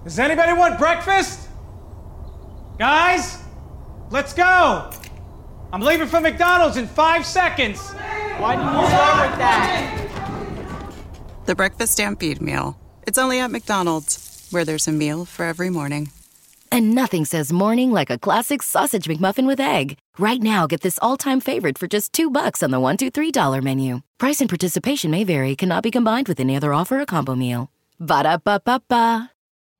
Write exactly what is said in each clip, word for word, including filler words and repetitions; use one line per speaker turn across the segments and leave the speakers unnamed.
Does anybody want breakfast? Guys, let's go. I'm leaving for McDonald's in five seconds.
Why did you start with that?
The Breakfast Stampede Meal. It's only at McDonald's, where there's a meal for every morning.
And nothing says morning like a classic sausage McMuffin with egg. Right now, get this all-time favorite for just two bucks on the one, two, three dollar menu. Price and participation may vary. Cannot be combined with any other offer or combo meal. Ba-da-ba-ba-ba.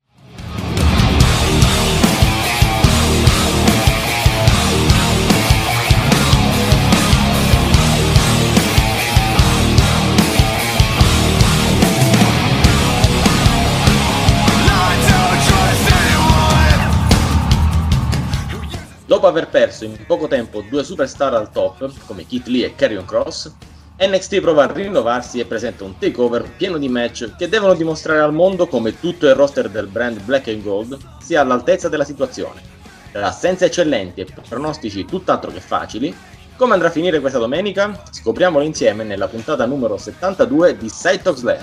Dopo aver perso in poco tempo due superstar al top, come Keith Lee e Karrion Kross, N X T prova a rinnovarsi e presenta un takeover pieno di match che devono dimostrare al mondo come tutto il roster del brand Black and Gold sia all'altezza della situazione. Tra assenze eccellenti e pronostici tutt'altro che facili, come andrà a finire questa domenica? Scopriamolo insieme nella puntata numero settantadue di Side Talk Slam.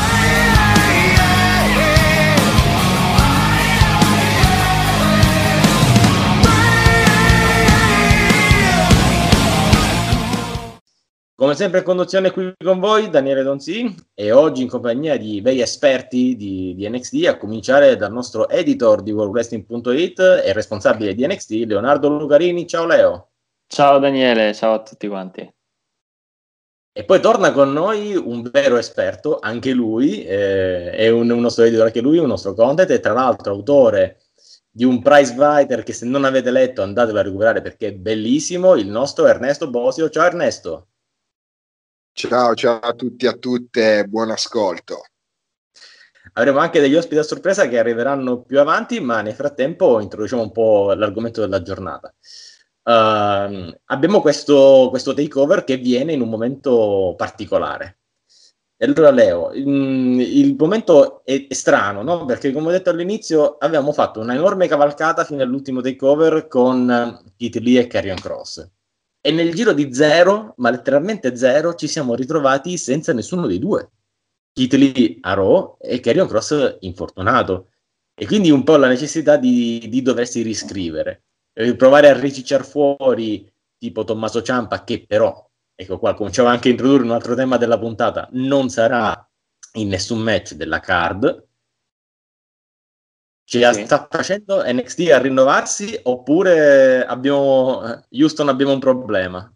Come sempre in conduzione qui con voi Daniele Donzi e oggi in compagnia di bei esperti di, di N X T, a cominciare dal nostro editor di world wrestling punto it e responsabile di N X T, Leonardo Lucarini. Ciao Leo.
Ciao Daniele, ciao a tutti quanti.
E poi torna con noi un vero esperto, anche lui, eh, è un, un nostro editor, anche lui, un nostro content, e tra l'altro autore di un prize fighter che se non avete letto andatelo a recuperare perché è bellissimo, il nostro Ernesto Bosio. Ciao Ernesto.
Ciao, ciao a tutti e a tutte, buon ascolto.
Avremo anche degli ospiti a sorpresa che arriveranno più avanti, ma nel frattempo introduciamo un po' l'argomento della giornata. Uh, abbiamo questo, questo takeover che viene in un momento particolare. E allora Leo, il, il momento è, è strano, no? Perché come ho detto all'inizio avevamo fatto una enorme cavalcata fino all'ultimo takeover con Keith Lee e Karrion Kross. E nel giro di zero, ma letteralmente zero, ci siamo ritrovati senza nessuno dei due. Keith Lee a Raw e Karrion Kross infortunato. E quindi un po' la necessità di, di doversi riscrivere. E provare a ricicciare fuori tipo Tommaso Ciampa, che però, ecco qua, cominciamo anche a introdurre un altro tema della puntata, non sarà in nessun match della card. Ci sì. Sta facendo N X T a rinnovarsi oppure abbiamo Houston abbiamo un problema?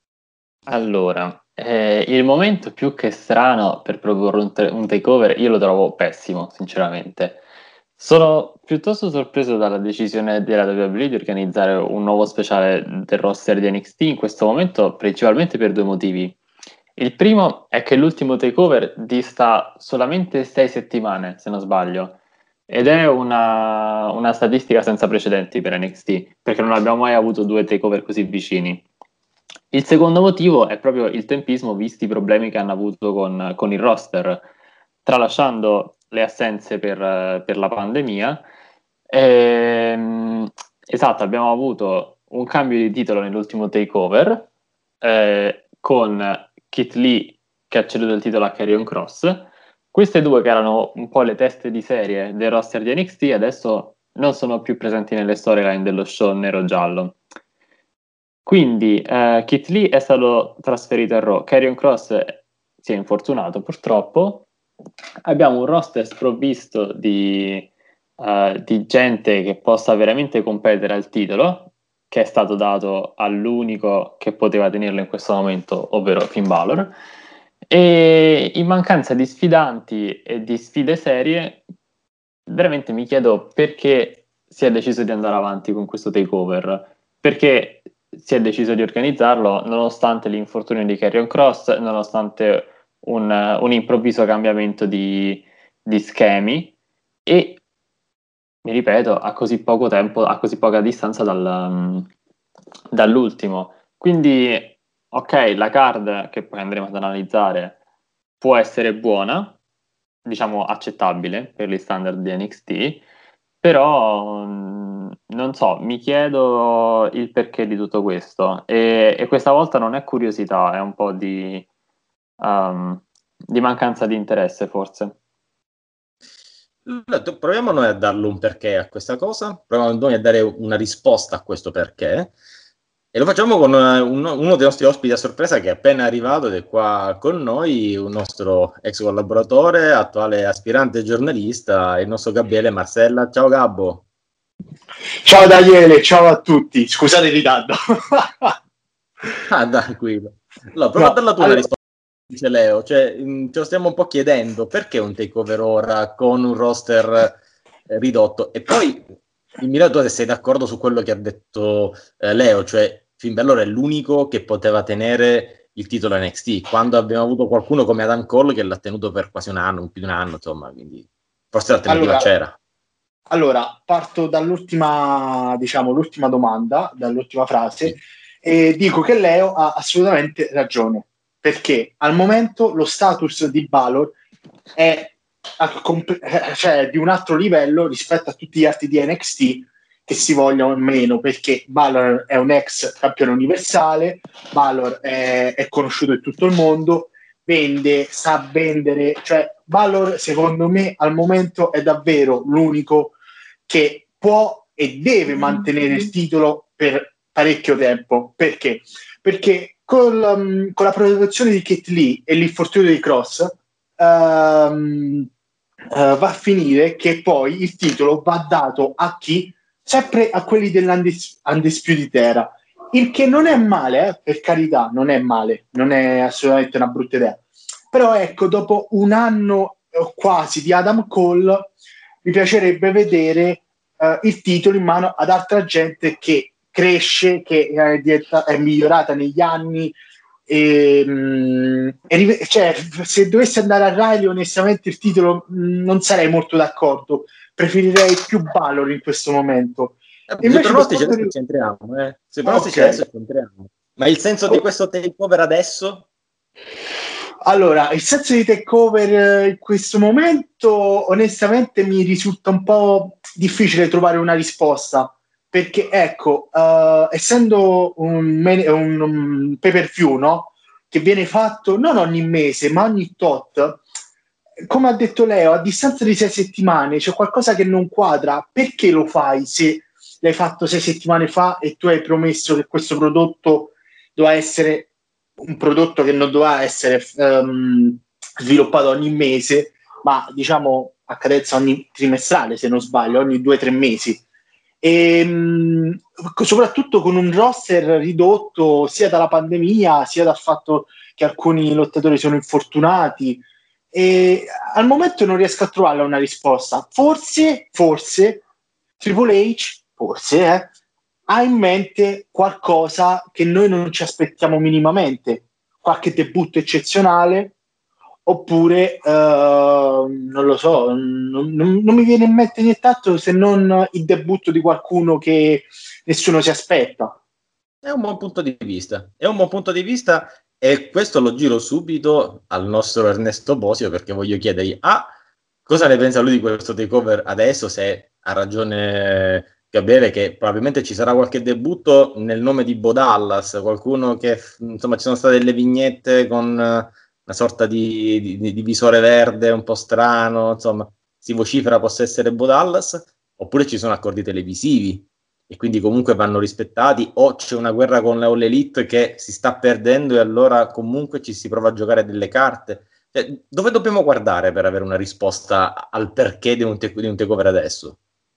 Allora, eh, il momento più che strano per proporre un, t- un takeover io lo trovo pessimo, sinceramente. Sono piuttosto sorpreso dalla decisione della W W E di organizzare un nuovo speciale del roster di N X T in questo momento, principalmente per due motivi. Il primo è che l'ultimo takeover dista solamente sei settimane, se non sbaglio. Ed è una, una statistica senza precedenti per N X T, perché non abbiamo mai avuto due takeover così vicini. Il secondo motivo è proprio il tempismo, visti i problemi che hanno avuto con, con il roster, tralasciando le assenze per, per la pandemia. Ehm, esatto, abbiamo avuto un cambio di titolo nell'ultimo takeover, eh, con Keith Lee che ha ceduto il titolo a Karrion Kross. Queste due che erano un po' le teste di serie del roster di N X T adesso non sono più presenti nelle storyline dello show nero-giallo. Quindi eh, Keith Lee è stato trasferito a Raw, Karrion Kross si è infortunato purtroppo, abbiamo un roster sprovvisto di, uh, di gente che possa veramente competere al titolo, che è stato dato all'unico che poteva tenerlo in questo momento, ovvero Finn Balor. E in mancanza di sfidanti e di sfide serie, veramente mi chiedo perché si è deciso di andare avanti con questo takeover, perché si è deciso di organizzarlo nonostante l'infortunio di Karrion Kross, nonostante un, un improvviso cambiamento di, di schemi e, mi ripeto, a così poco tempo, a così poca distanza dal, dall'ultimo. Quindi ok, la card che poi andremo ad analizzare può essere buona, diciamo accettabile per gli standard di N X T, però non so, mi chiedo il perché di tutto questo e, e questa volta non è curiosità, è un po' di, um, di mancanza di interesse forse.
Proviamo noi a darlo un perché a questa cosa, proviamo noi a dare una risposta a questo perché, e lo facciamo con uno, uno dei nostri ospiti a sorpresa che è appena arrivato ed è qua con noi, un nostro ex collaboratore, attuale aspirante giornalista, il nostro Gabriele Marcella. Ciao Gabbo.
Ciao Daniele, ciao a tutti, scusate il ritardo.
Ah, tranquillo. Allora, prova no, a darla tu allora... una risposta. Dice Leo, cioè, ce lo stiamo un po' chiedendo, perché un takeover ora con un roster eh, ridotto? E poi, dimmi tu se sei d'accordo su quello che ha detto eh, Leo, cioè Finn Balor è l'unico che poteva tenere il titolo N X T, quando abbiamo avuto qualcuno come Adam Cole che l'ha tenuto per quasi un anno, più di un anno, insomma, quindi forse l'alternativa
allora,
c'era.
Allora, parto dall'ultima, diciamo, l'ultima domanda, dall'ultima frase, sì. E dico che Leo ha assolutamente ragione. Perché al momento lo status di Balor è cioè, di un altro livello rispetto a tutti gli altri di N X T che si vogliono meno, perché Balor è un ex campione universale, Balor è, è conosciuto in tutto il mondo, vende, sa vendere, cioè Balor secondo me al momento è davvero l'unico che può e deve mantenere il titolo per parecchio tempo. Perché? Perché Con, um, con la protezione di Keith Lee e l'infortunio di Cross um, uh, va a finire che poi il titolo va dato a chi? Sempre a quelli dell'Undisputed Era, il che non è male, eh, per carità, non è male, non è assolutamente una brutta idea. Però ecco, dopo un anno quasi di Adam Cole mi piacerebbe vedere uh, il titolo in mano ad altra gente che cresce, che è, diventa, è migliorata negli anni e, mh, e cioè, se dovesse andare a Riley onestamente il titolo mh, non sarei molto d'accordo, preferirei più Balor in questo momento.
Eh, se pronostici adesso ci entriamo, eh. se pronostici okay. adesso ci entriamo. Ma il senso oh. di questo takeover adesso?
Allora, il senso di takeover in questo momento onestamente mi risulta un po' difficile trovare una risposta. Perché ecco, uh, essendo un, un, un pay-per-view, no? Che viene fatto non ogni mese, ma ogni tot, come ha detto Leo, a distanza di sei settimane c'è qualcosa che non quadra. Perché lo fai se l'hai fatto sei settimane fa e tu hai promesso che questo prodotto doveva essere un prodotto che non doveva essere um, sviluppato ogni mese, ma diciamo a cadenza ogni trimestrale, se non sbaglio, ogni due o tre mesi. E mh, soprattutto con un roster ridotto sia dalla pandemia sia dal fatto che alcuni lottatori sono infortunati, e al momento non riesco a trovare una risposta. Forse, forse Triple H, forse eh, ha in mente qualcosa che noi non ci aspettiamo minimamente, qualche debutto eccezionale, oppure uh, non lo so, non, non, non mi viene in mente nient'altro se non il debutto di qualcuno che nessuno si aspetta.
È un buon punto di vista, è un buon punto di vista e questo lo giro subito al nostro Ernesto Bosio, perché voglio chiedergli ah, cosa ne pensa lui di questo takeover adesso, se ha ragione Gabriele che probabilmente ci sarà qualche debutto nel nome di Bo Dallas, qualcuno che insomma ci sono state delle vignette con una sorta di, di, di visore verde un po' strano, insomma, si vocifera possa essere Bo Dallas, oppure ci sono accordi televisivi e quindi comunque vanno rispettati, o c'è una guerra con la All Elite che si sta perdendo e allora comunque ci si prova a giocare delle carte. Cioè, dove dobbiamo guardare per avere una risposta al perché di un, te- di un takeover adesso?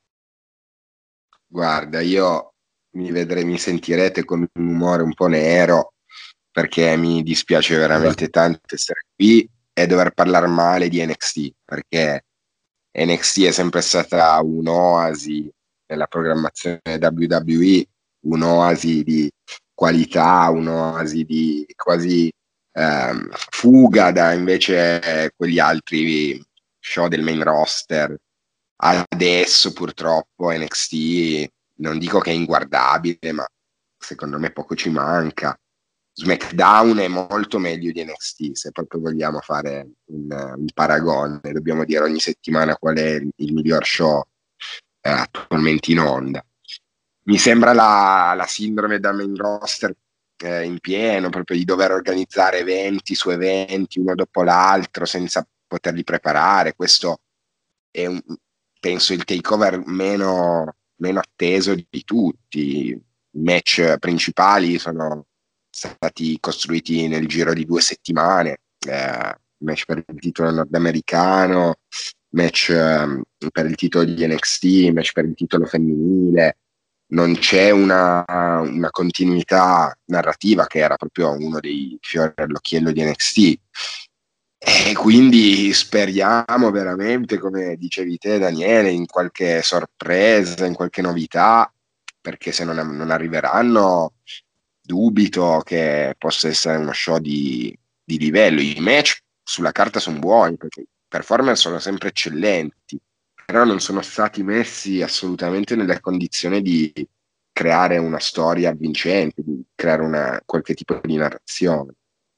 Guarda, io mi vedrei, mi sentirete con un umore un po' nero, perché mi dispiace veramente tanto essere qui e dover parlare male di N X T, perché N X T è sempre stata un'oasi nella programmazione W W E, un'oasi di qualità, un'oasi di quasi ehm, fuga da invece quegli altri show del main roster. Adesso purtroppo N X T non dico che è inguardabile, ma secondo me poco ci manca. SmackDown è molto meglio di N X T, se proprio vogliamo fare un, un paragone, dobbiamo dire ogni settimana qual è il, il miglior show eh, attualmente in onda. Mi sembra la, la sindrome da main roster eh, in pieno, proprio di dover organizzare eventi su eventi uno dopo l'altro senza poterli preparare. Questo è un, penso il takeover meno, meno atteso di tutti. I match principali sono stati costruiti nel giro di due settimane, eh, match per il titolo nordamericano, match eh, per il titolo di N X T, match per il titolo femminile. Non c'è una, una continuità narrativa, che era proprio uno dei fiori all'occhiello di N X T. E quindi speriamo veramente, come dicevi te Daniele, in qualche sorpresa, in qualche novità, perché se non, non arriveranno dubito che possa essere uno show di, di livello. I match sulla carta sono buoni, perché i performance sono sempre eccellenti, però non sono stati messi assolutamente nelle condizioni di creare una storia avvincente, di creare una, qualche tipo di narrazione.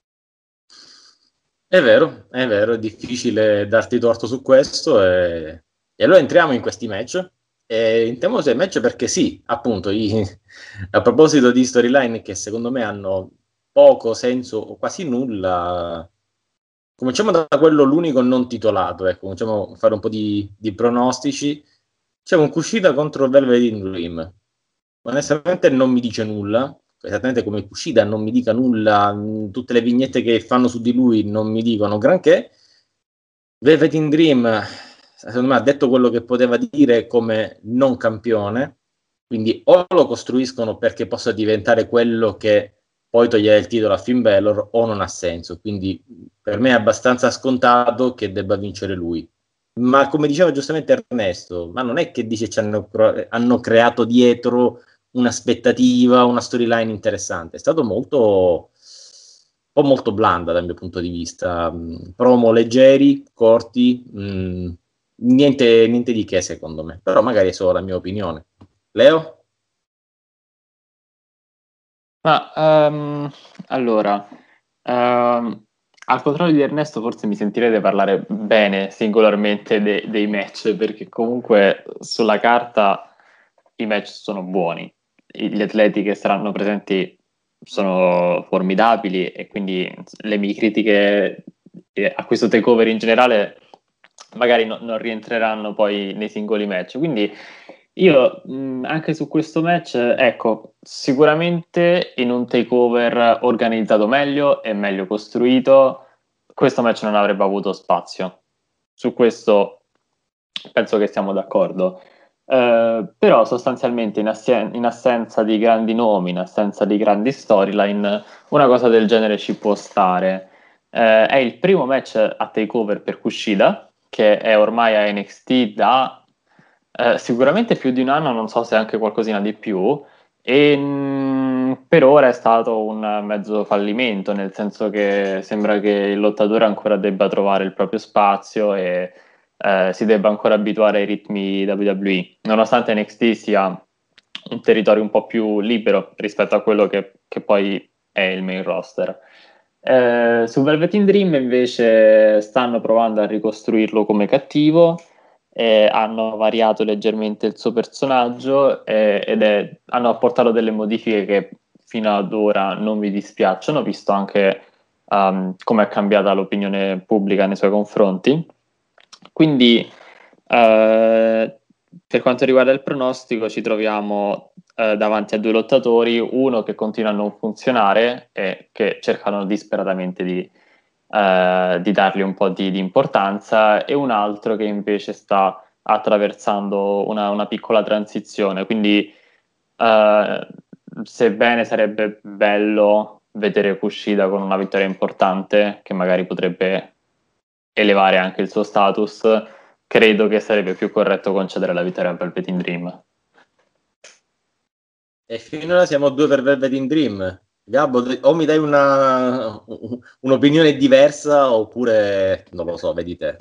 È vero, è vero, è difficile darti torto su questo, e, e allora entriamo in questi match. E entriamo nei match perché sì, appunto, i, a proposito di storyline che secondo me hanno poco senso o quasi nulla, cominciamo da quello l'unico non titolato, ecco, cominciamo a fare un po' di, di pronostici. C'è un Kushida contro Velveteen Dream. Onestamente non mi dice nulla, esattamente come Kushida non mi dica nulla, tutte le vignette che fanno su di lui non mi dicono granché. Velveteen Dream, secondo me, ha detto quello che poteva dire come non campione, quindi o lo costruiscono perché possa diventare quello che poi togliere il titolo a Finn Balor, o non ha senso. Quindi per me è abbastanza scontato che debba vincere lui. Ma come diceva giustamente Ernesto, ma non è che dice ci hanno, hanno creato dietro un'aspettativa, una storyline interessante. È stato molto, un po' molto blanda dal mio punto di vista. Promo leggeri, corti, mh, niente, niente di che secondo me. Però magari è solo la mia opinione. Leo?
Ma um, allora, um, al contrario di Ernesto, forse mi sentirete parlare bene singolarmente de- dei match, perché comunque sulla carta i match sono buoni. Gli atleti che saranno presenti sono formidabili, e quindi le mie critiche a questo takeover in generale magari no, non rientreranno poi nei singoli match. Quindi io mh, anche su questo match, ecco, sicuramente in un takeover organizzato meglio e meglio costruito, questo match non avrebbe avuto spazio. Su questo penso che siamo d'accordo. Uh, però sostanzialmente in, assen- in assenza di grandi nomi, in assenza di grandi storyline, una cosa del genere ci può stare. Uh, è il primo match a takeover per Kushida, che è ormai a N X T da uh, sicuramente più di un anno, non so se anche qualcosina di più, e mh, per ora è stato un mezzo fallimento, nel senso che sembra che il lottatore ancora debba trovare il proprio spazio e Eh, si debba ancora abituare ai ritmi W W E, nonostante N X T sia un territorio un po' più libero rispetto a quello che, che poi è il main roster. Eh, su Velveteen Dream invece stanno provando a ricostruirlo come cattivo, eh, hanno variato leggermente il suo personaggio, eh, ed è, hanno apportato delle modifiche che fino ad ora non mi dispiacciono, visto anche um, come è cambiata l'opinione pubblica nei suoi confronti. Quindi eh, per quanto riguarda il pronostico ci troviamo eh, davanti a due lottatori, uno che continua a non funzionare e che cercano disperatamente di, eh, di dargli un po' di, di importanza, e un altro che invece sta attraversando una, una piccola transizione. Quindi eh, sebbene sarebbe bello vedere Kushida con una vittoria importante che magari potrebbe elevare anche il suo status, credo che sarebbe più corretto concedere la vittoria a Velveteen Dream.
E finora siamo due per Velveteen Dream. Gabbo, o mi dai una un'opinione diversa, oppure non lo so, vedi te.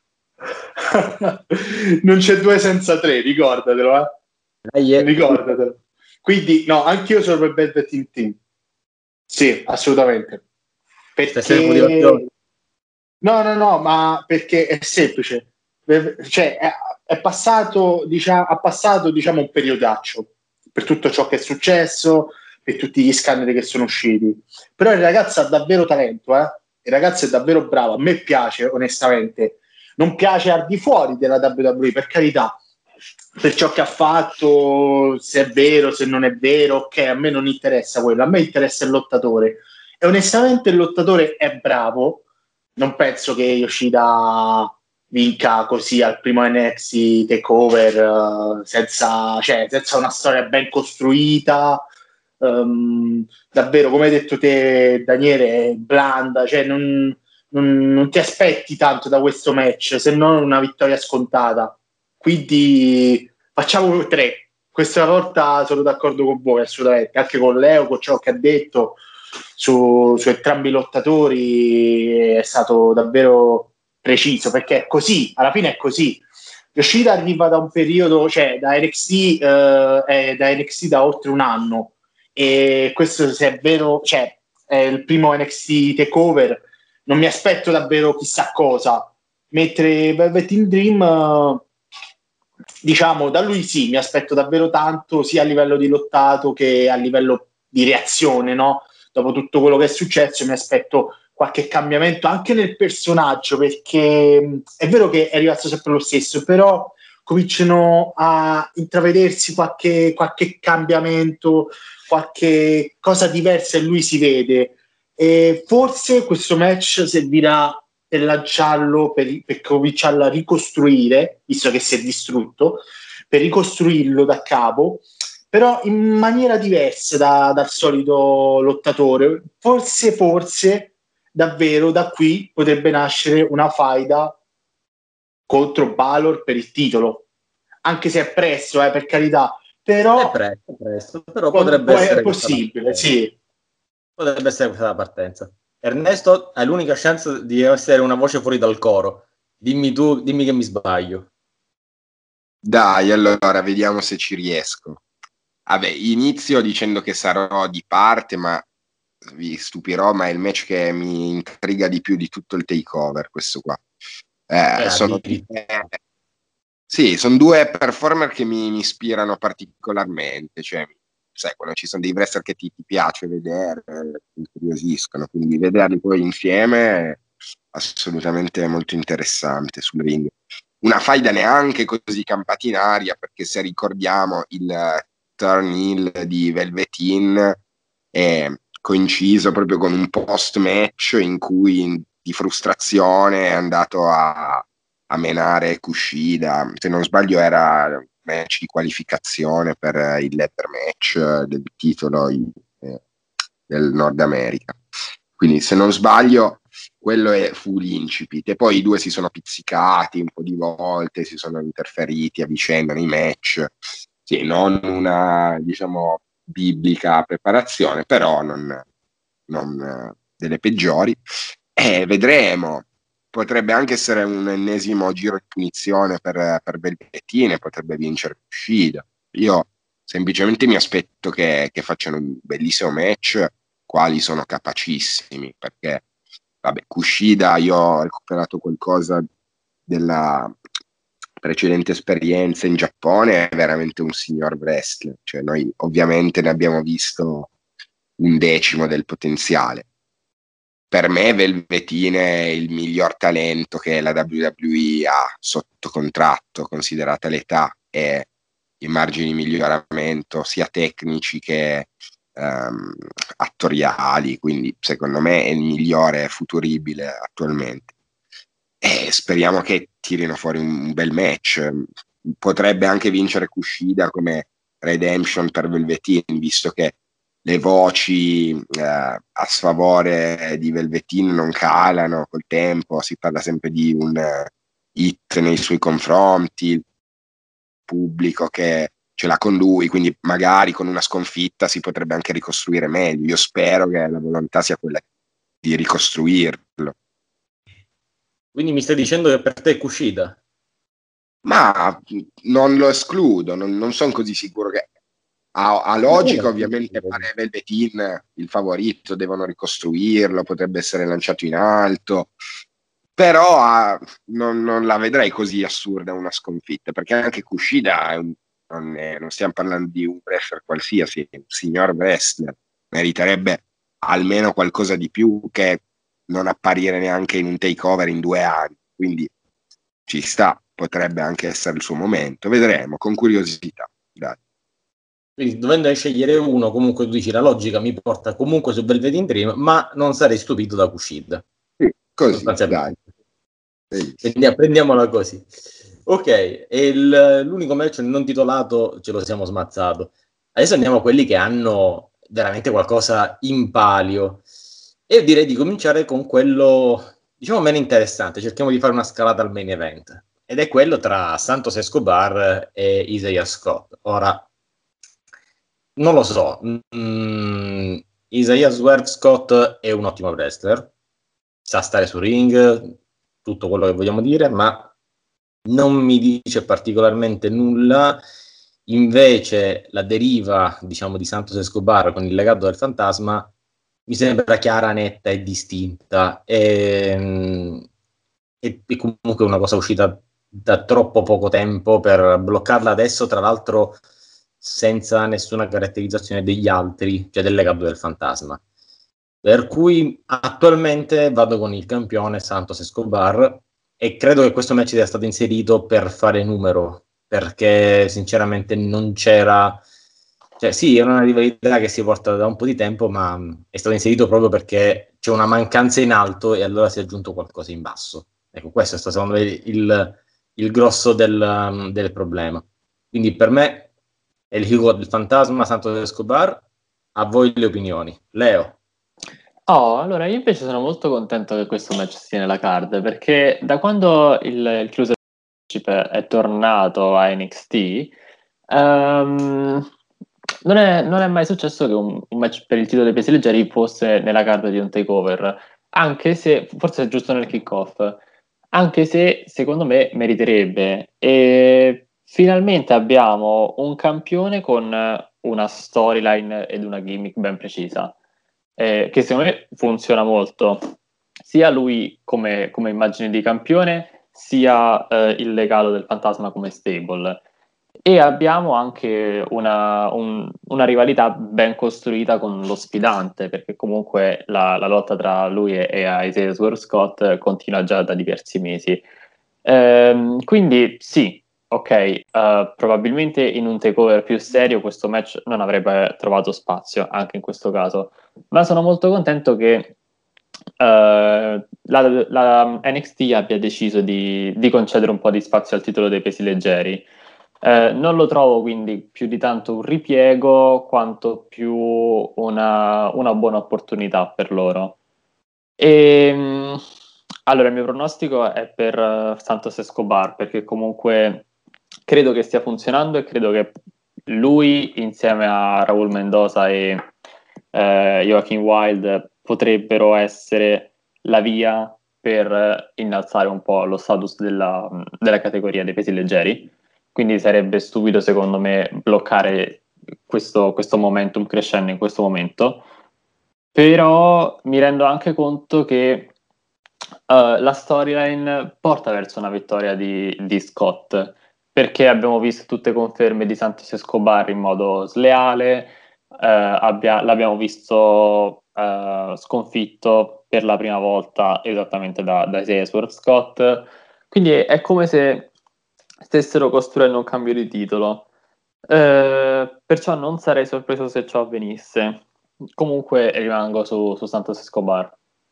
Non c'è due senza tre, ricordatelo, eh.
Dai, eh.
Ricordatelo. Quindi, no, anch'io sono per Velveteen Dream. Sì, assolutamente. Perché... No, no, no, ma perché è semplice. Cioè, è, è passato, diciamo, ha passato, diciamo, un periodaccio per tutto ciò che è successo, per tutti gli scandali che sono usciti. Però il ragazzo ha davvero talento, eh? Il ragazzo è davvero bravo. A me piace, onestamente. non piace al di fuori della W W E, per carità, per ciò che ha fatto, se è vero, se non è vero, ok, a me non interessa quello, a me interessa il lottatore, e onestamente il lottatore è bravo. Non penso che Yoshida vinca così al primo N X T Takeover, uh, senza, cioè, senza una storia ben costruita, um, davvero, come hai detto te, Daniele, è blanda, cioè non, non, non ti aspetti tanto da questo match, se non una vittoria scontata. Quindi facciamo tre. Questa volta sono d'accordo con voi, assolutamente, anche con Leo, con ciò che ha detto su, su entrambi i lottatori è stato davvero preciso, perché è così, alla fine è così. Yoshida arriva da un periodo, cioè da N X T, eh, è da N X T da oltre un anno, e questo, se è vero, cioè è il primo N X T Takeover, non mi aspetto davvero chissà cosa, mentre Velvet in Dream, eh, diciamo, da lui sì, mi aspetto davvero tanto, sia a livello di lottato che a livello di reazione, no? Dopo tutto quello che è successo mi aspetto qualche cambiamento anche nel personaggio, perché mh, è vero che è rimasto sempre lo stesso, però cominciano a intravedersi qualche, qualche cambiamento, qualche cosa diversa, e lui si vede. E forse questo match servirà per lanciarlo, per, per cominciarlo a ricostruire, visto che si è distrutto, per ricostruirlo da capo, però in maniera diversa da, dal solito lottatore. Forse, forse, davvero da qui potrebbe nascere una faida contro Balor per il titolo, anche se è presto, eh, per carità, però
è presto, è presto, però
può,
potrebbe
può,
essere
è possibile, sì.
Potrebbe essere questa la partenza. Ernesto, hai l'unica chance di essere una voce fuori dal coro. Dimmi tu, dimmi che mi sbaglio.
Dai, allora vediamo se ci riesco. Vabbè, inizio dicendo che sarò di parte, ma vi stupirò, ma è il match che mi intriga di più di tutto il takeover, questo qua. Eh,
Eh,
sono,
di...
eh, sì, sono due performer che mi, mi ispirano particolarmente, cioè, sai, quando ci sono dei wrestler che ti, ti piace vedere, ti incuriosiscono, quindi vederli poi insieme è assolutamente molto interessante sul ring. Una faida neanche così campata in aria, perché se ricordiamo il turn heel di Velveteen è coinciso proprio con un post match in cui di frustrazione è andato a, a menare Kushida, se non sbaglio era un match di qualificazione per il ladder match del titolo eh, del Nord America, quindi se non sbaglio quello è, fu l'incipit, e poi i due si sono pizzicati un po' di volte, si sono interferiti a vicenda nei match, sì, non una, diciamo, biblica preparazione, però non, non delle peggiori, e vedremo. Potrebbe anche essere un ennesimo giro di punizione per, per Velveteen, potrebbe vincere Kushida. Io semplicemente mi aspetto che, che facciano un bellissimo match, quali sono capacissimi, perché vabbè, Kushida, io ho recuperato qualcosa della precedente esperienza in Giappone, è veramente un signor wrestler, cioè noi ovviamente ne abbiamo visto un decimo del potenziale. Per me Velveteen è il miglior talento che la W W E ha sotto contratto, considerata l'età e i margini di miglioramento sia tecnici che um, attoriali, quindi secondo me è il migliore futuribile attualmente. E speriamo che tirino fuori un bel match. Potrebbe anche vincere Kushida come redemption per Velveteen, visto che le voci eh, a sfavore di Velveteen non calano col tempo, si parla sempre di un uh, hit nei suoi confronti, il pubblico che ce l'ha con lui, quindi magari con una sconfitta si potrebbe anche ricostruire meglio. Io spero che la volontà sia quella di ricostruirlo.
Quindi mi stai dicendo che per te è Kushida?
Ma non lo escludo, non, non sono così sicuro che a, a logica ovviamente pare Velveteen il favorito, devono ricostruirlo, potrebbe essere lanciato in alto, però a, non, non la vedrei così assurda una sconfitta, perché anche Kushida è un, non, è, non stiamo parlando di un wrestler qualsiasi, è un signor wrestler, meriterebbe almeno qualcosa di più che non apparire neanche in un takeover in due anni, quindi ci sta, potrebbe anche essere il suo momento, vedremo, con curiosità. Dai.
Quindi dovendo scegliere uno, comunque tu dici la logica mi porta comunque su Velveteen Dream, ma non sarei stupito da Kushida.
Sì, così, dai.
Quindi prendiamola così. Ok, e il, l'unico match non titolato ce lo siamo smazzato. Adesso andiamo a quelli che hanno veramente qualcosa in palio. E direi di cominciare con quello, diciamo, meno interessante. Cerchiamo di fare una scalata al main event. Ed è quello tra Santos Escobar e Isaiah Scott. Ora, non lo so. Mm, Isaiah Swerve Scott è un ottimo wrestler. Sa stare su ring, tutto quello che vogliamo dire, ma non mi dice particolarmente nulla. Invece la deriva, diciamo, di Santos Escobar con il legato del fantasma mi sembra chiara, netta e distinta, e, e, e comunque una cosa uscita da troppo poco tempo per bloccarla adesso, tra l'altro senza nessuna caratterizzazione degli altri, cioè del legato del fantasma. Per cui attualmente vado con il campione Santos Escobar e credo che questo match sia stato inserito per fare numero, perché sinceramente non c'era, cioè sì, è una rivalità che si porta da un po' di tempo, ma è stato inserito proprio perché c'è una mancanza in alto e allora si è aggiunto qualcosa in basso. Ecco, questo è stato secondo me il, il grosso del, del problema. Quindi per me è il hero del fantasma Santos Escobar. A voi le opinioni. Leo?
Oh, allora io invece sono molto contento che questo match sia nella card, perché da quando il, il Cruiserweight Championship è tornato a N X T, um, non, è, non è mai successo che un, un match per il titolo dei pesi leggeri fosse nella card di un takeover, anche se, forse è giusto nel kickoff, anche se secondo me meriterebbe. E finalmente abbiamo un campione con una storyline ed una gimmick ben precisa. Eh, che secondo me funziona molto, sia lui come, come immagine di campione, sia eh, il legado del fantasma come stable. E abbiamo anche una, un, una rivalità ben costruita con lo sfidante, perché comunque la, la lotta tra lui e, e Isaiah Swerve Scott continua già da diversi mesi. Ehm, quindi sì, ok, uh, probabilmente in un takeover più serio questo match non avrebbe trovato spazio, anche in questo caso, ma sono molto contento che uh, la, la N X T abbia deciso di, di concedere un po' di spazio al titolo dei pesi leggeri. Uh, non lo trovo quindi più di tanto un ripiego quanto più una, una buona opportunità per loro. E, allora, il mio pronostico è per uh, Santos Escobar, perché comunque credo che stia funzionando e credo che lui insieme a Raul Mendoza e eh, Joaquin Wilde potrebbero essere la via per innalzare un po' lo status della, della categoria dei pesi leggeri. Quindi sarebbe stupido secondo me bloccare questo, questo momentum crescendo in questo momento, però mi rendo anche conto che uh, la storyline porta verso una vittoria di, di Scott, perché abbiamo visto tutte conferme di Santos Escobar in modo sleale, uh, abbia, l'abbiamo visto uh, sconfitto per la prima volta esattamente da, da Isaiah Swerve Scott, quindi è, è come se stessero costruendo un cambio di titolo, uh, perciò non sarei sorpreso se ciò avvenisse. Comunque rimango su, su Santos Escobar.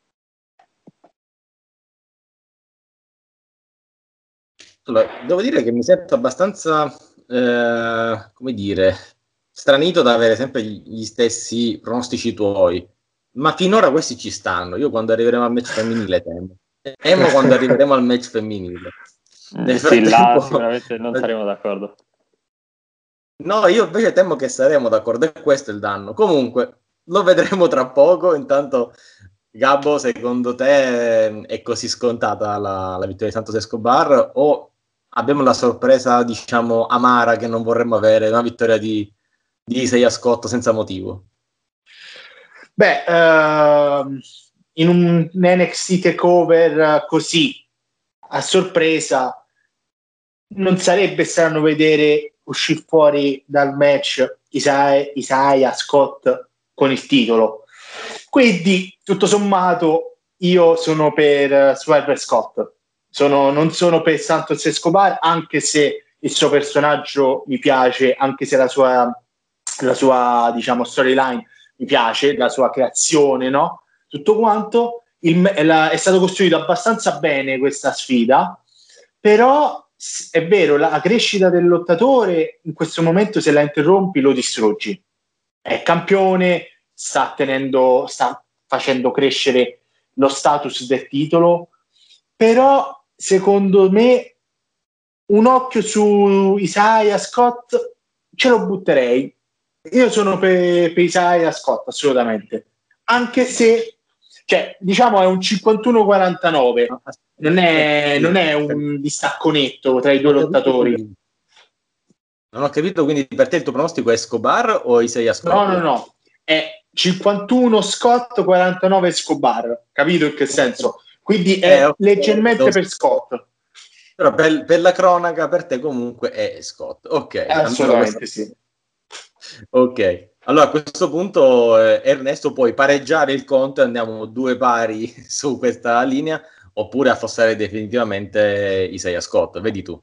Allora, devo dire che mi sento abbastanza, eh, come dire, stranito da avere sempre gli, gli stessi pronostici tuoi, ma finora questi ci stanno. Io quando arriveremo al match femminile temo. Temo quando arriveremo al match femminile.
Nel sì, là sicuramente non saremo d'accordo.
No, io invece temo che saremo d'accordo, e questo è il danno. Comunque, lo vedremo tra poco. Intanto, Gabbo, secondo te è così scontata la, la vittoria di Santos Escobar, o abbiamo la sorpresa, diciamo, amara che non vorremmo avere, una vittoria di, di Isaiah Scott senza motivo?
Beh, uh, in un N X T takeover così, a sorpresa, non sarebbe strano vedere uscire fuori dal match Isaiah, Isaiah Scott con il titolo. Quindi, tutto sommato, io sono per Swerve Scott. sono, non sono per Santos Escobar, anche se il suo personaggio mi piace, anche se la sua, la sua diciamo, storyline mi piace, la sua creazione, no? Tutto quanto, il, la, è stato costruito abbastanza bene questa sfida, però è vero, la, la crescita del lottatore in questo momento, se la interrompi, lo distruggi. È campione, sta tenendo, sta facendo crescere lo status del titolo, però secondo me un occhio su Isaiah Scott ce lo butterei. Io sono per, per Isaiah Scott, assolutamente. Anche se, cioè, diciamo, è un cinquantuno quarantanove. Non è, non è un distacco netto tra i due lottatori.
Non ho capito, quindi per te il tuo pronostico è Escobar o Isaiah Scott?
No, no, no. È cinquantuno Scott, quarantanove Escobar. Capito in che senso? Quindi è eh, okay. leggermente Devo... per Scott.
Però per, per la cronaca, per te comunque è Scott. Ok.
Assolutamente questa... sì.
Ok. Allora a questo punto eh, Ernesto puoi pareggiare il conto e andiamo due pari su questa linea, oppure affossare definitivamente Isaiah Scott. Vedi tu.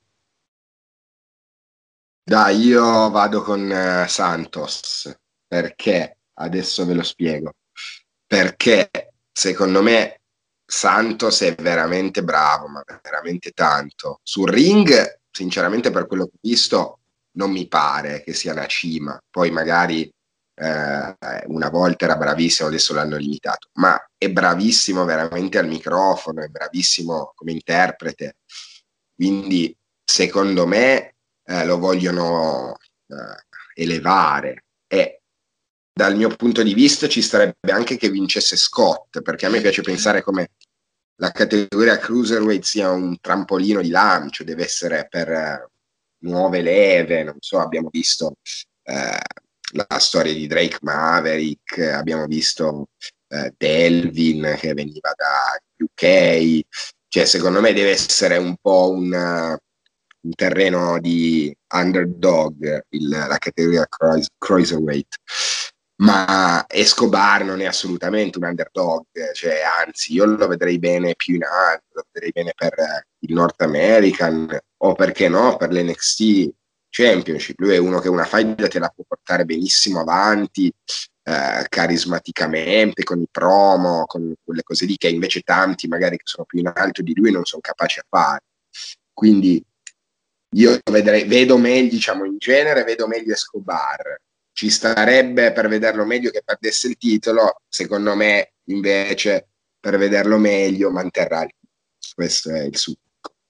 Dai, io vado con uh, Santos, perché adesso ve lo spiego. Perché secondo me Santos è veramente bravo, ma veramente tanto. Sul ring, sinceramente, per quello che ho visto, non mi pare che sia una cima. Poi magari eh, una volta era bravissimo, adesso l'hanno limitato, ma è bravissimo veramente al microfono, è bravissimo come interprete. Quindi, secondo me, eh, lo vogliono eh, elevare. E dal mio punto di vista ci starebbe anche che vincesse Scott, perché a me piace pensare come la categoria cruiserweight sia un trampolino di lancio, deve essere per eh, nuove leve, non so, abbiamo visto eh, la storia di Drake Maverick, abbiamo visto eh, Delvin che veniva da U K, cioè secondo me deve essere un po' un, un terreno di underdog il, la categoria cruis- cruiserweight. Ma Escobar non è assolutamente un underdog, cioè anzi io lo vedrei bene più in alto, lo vedrei bene per il North American o perché no per l'N X T Championship. Lui è uno che una faida te la può portare benissimo avanti, eh, carismaticamente, con i promo, con quelle cose lì che invece tanti magari che sono più in alto di lui non sono capaci a fare. Quindi io vedrei, vedo meglio, diciamo in genere vedo meglio Escobar. Ci starebbe per vederlo meglio che perdesse il titolo, secondo me invece per vederlo meglio manterrà il titolo. Questo è il succo.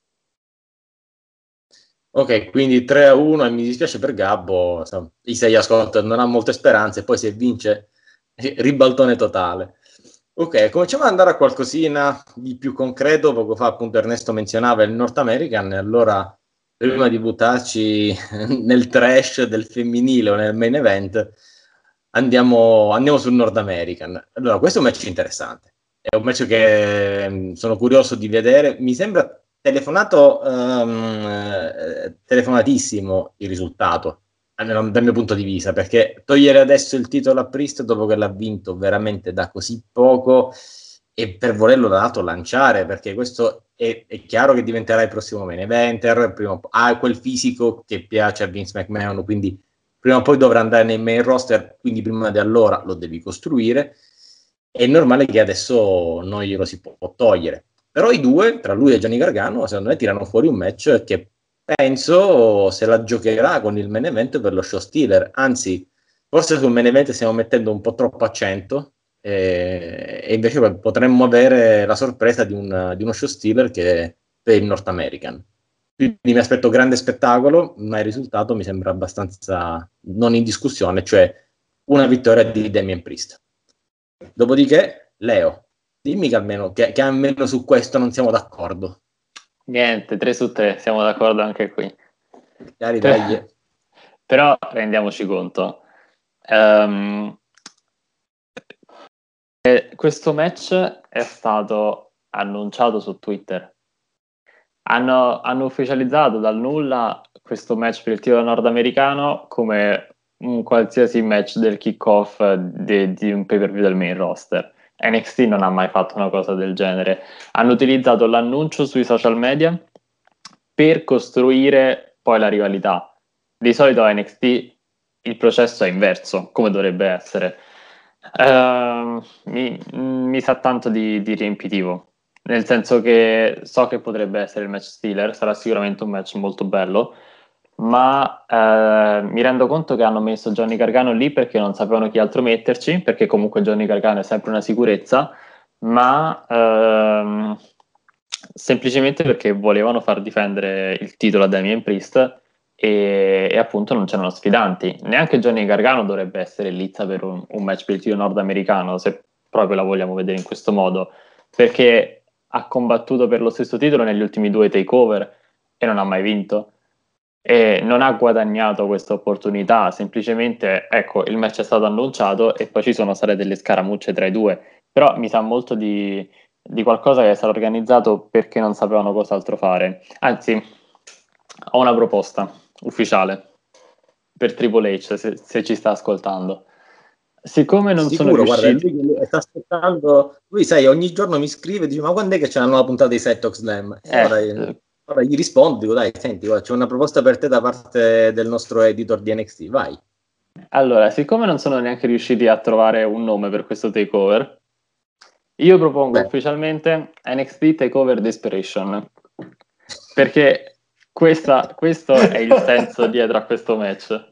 Ok, quindi tre a uno e mi dispiace per Gabbo, Isaiah Scott non ha molte speranze, poi se vince ribaltone totale. Ok, cominciamo ad andare a qualcosina di più concreto. Poco fa appunto Ernesto menzionava il North American, e allora prima di buttarci nel trash del femminile o nel main event, andiamo, andiamo sul North American. Allora, questo è un match interessante, è un match che sono curioso di vedere. Mi sembra telefonato, um, telefonatissimo il risultato, dal mio punto di vista, perché togliere adesso il titolo a Priest dopo che l'ha vinto veramente da così poco, e per volerlo dato lanciare, perché questo è, è chiaro che diventerà il prossimo main eventer, prima ha quel fisico che piace a Vince McMahon, quindi prima o poi dovrà andare nei main roster, quindi prima di allora lo devi costruire. È normale che adesso non glielo si può togliere, però i due, tra lui e Johnny Gargano, secondo me tirano fuori un match che penso se la giocherà con il main event per lo show stealer. Anzi, forse sul main event stiamo mettendo un po' troppo accento, e, e invece potremmo avere la sorpresa di, un, di uno show stealer che per il North American. Quindi mi aspetto grande spettacolo, ma il risultato mi sembra abbastanza non in discussione, cioè una vittoria di Damian Priest. Dopodiché, Leo, dimmi che almeno, che, che almeno su questo non siamo d'accordo.
Niente, tre su tre, siamo d'accordo anche qui.
Chiari, dai.
Però rendiamoci conto. Um, eh, questo match è stato annunciato su Twitter. Hanno, hanno ufficializzato dal nulla questo match per il titolo nordamericano come un qualsiasi match del kick-off di, di un pay-per-view del main roster. N X T non ha mai fatto una cosa del genere. Hanno utilizzato l'annuncio sui social media per costruire poi la rivalità. Di solito a N X T il processo è inverso, come dovrebbe essere. Uh, mi, mi sa tanto di, di riempitivo, nel senso che so che potrebbe essere il match stealer, sarà sicuramente un match molto bello, ma uh, mi rendo conto che hanno messo Johnny Gargano lì perché non sapevano chi altro metterci, perché comunque Johnny Gargano è sempre una sicurezza, ma uh, semplicemente perché volevano far difendere il titolo a Damian Priest. E, e appunto non c'erano sfidanti. Neanche Johnny Gargano dovrebbe essere lizza per un, un match per il titolo nordamericano, se proprio la vogliamo vedere in questo modo, perché ha combattuto per lo stesso titolo negli ultimi due takeover e non ha mai vinto e non ha guadagnato questa opportunità. Semplicemente, ecco, il match è stato annunciato e poi ci sono state delle scaramucce tra i due, però mi sa molto di, di qualcosa che è stato organizzato perché non sapevano cos'altro fare. Anzi, ho una proposta ufficiale per Triple H, se, se ci sta ascoltando. Siccome non
Sicuro,
sono riusciti...
guarda, lui sta aspettando, lui sai, ogni giorno mi scrive e dice ma quando è che c'è una nuova puntata di Set Talk Slam? E
Eh,
ora, io- ora gli rispondo, dico dai, senti, guarda, c'è una proposta per te da parte del nostro editor di N X T, vai.
Allora, siccome non sono neanche riusciti a trovare un nome per questo takeover, io propongo
Beh.
ufficialmente N X T Takeover Desperation, perché questa, questo è il senso dietro a questo match.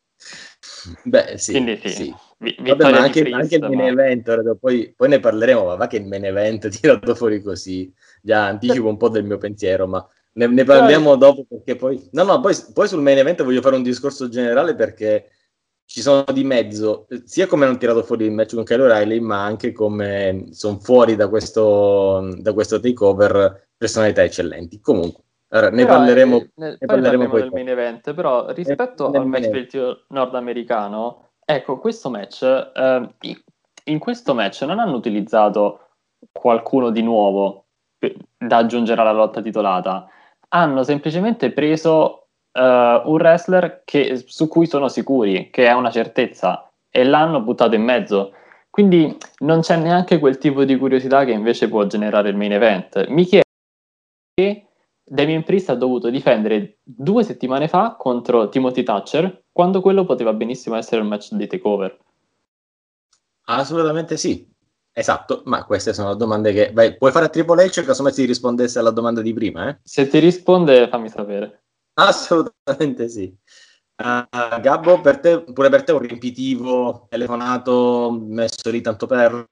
Beh, sì,
Quindi sì,
sì.
vi-
Vabbè,
vittoria
ma
di
anche,
Priest,
anche il main
ma-
event, ora, poi, poi ne parleremo, ma va che il main event tirato fuori così, già anticipo un po' del mio pensiero, ma ne, ne parliamo dopo perché poi... No, no, poi, poi sul main event voglio fare un discorso generale perché ci sono di mezzo, sia come hanno tirato fuori il match con Kyle O'Reilly, ma anche come sono fuori da questo, da questo takeover personalità eccellenti. Comunque, allora, ne
Però,
parleremo,
eh, ne-
ne
poi
parleremo
parliamo
poi
del
dopo.
main event, però rispetto
nel
al match
main
per il titolo nordamericano, ecco, questo match, eh, in in questo match non hanno utilizzato qualcuno di nuovo per- da aggiungere alla lotta titolata, hanno semplicemente preso eh, un wrestler che- su cui sono sicuri, che è una certezza, e l'hanno buttato in mezzo. Quindi non c'è neanche quel tipo di curiosità che invece può generare il main event. Mi chiedo che Damian Priest ha dovuto difendere due settimane fa contro Timothy Thatcher, quando quello poteva benissimo essere il match di takeover.
Assolutamente sì, esatto, ma queste sono domande che... Vai, puoi fare a Triple H casomai si rispondesse alla domanda di prima, eh?
Se ti risponde, fammi sapere.
Assolutamente sì. Uh, Gabbo, per te, pure per te un riempitivo telefonato messo lì tanto per...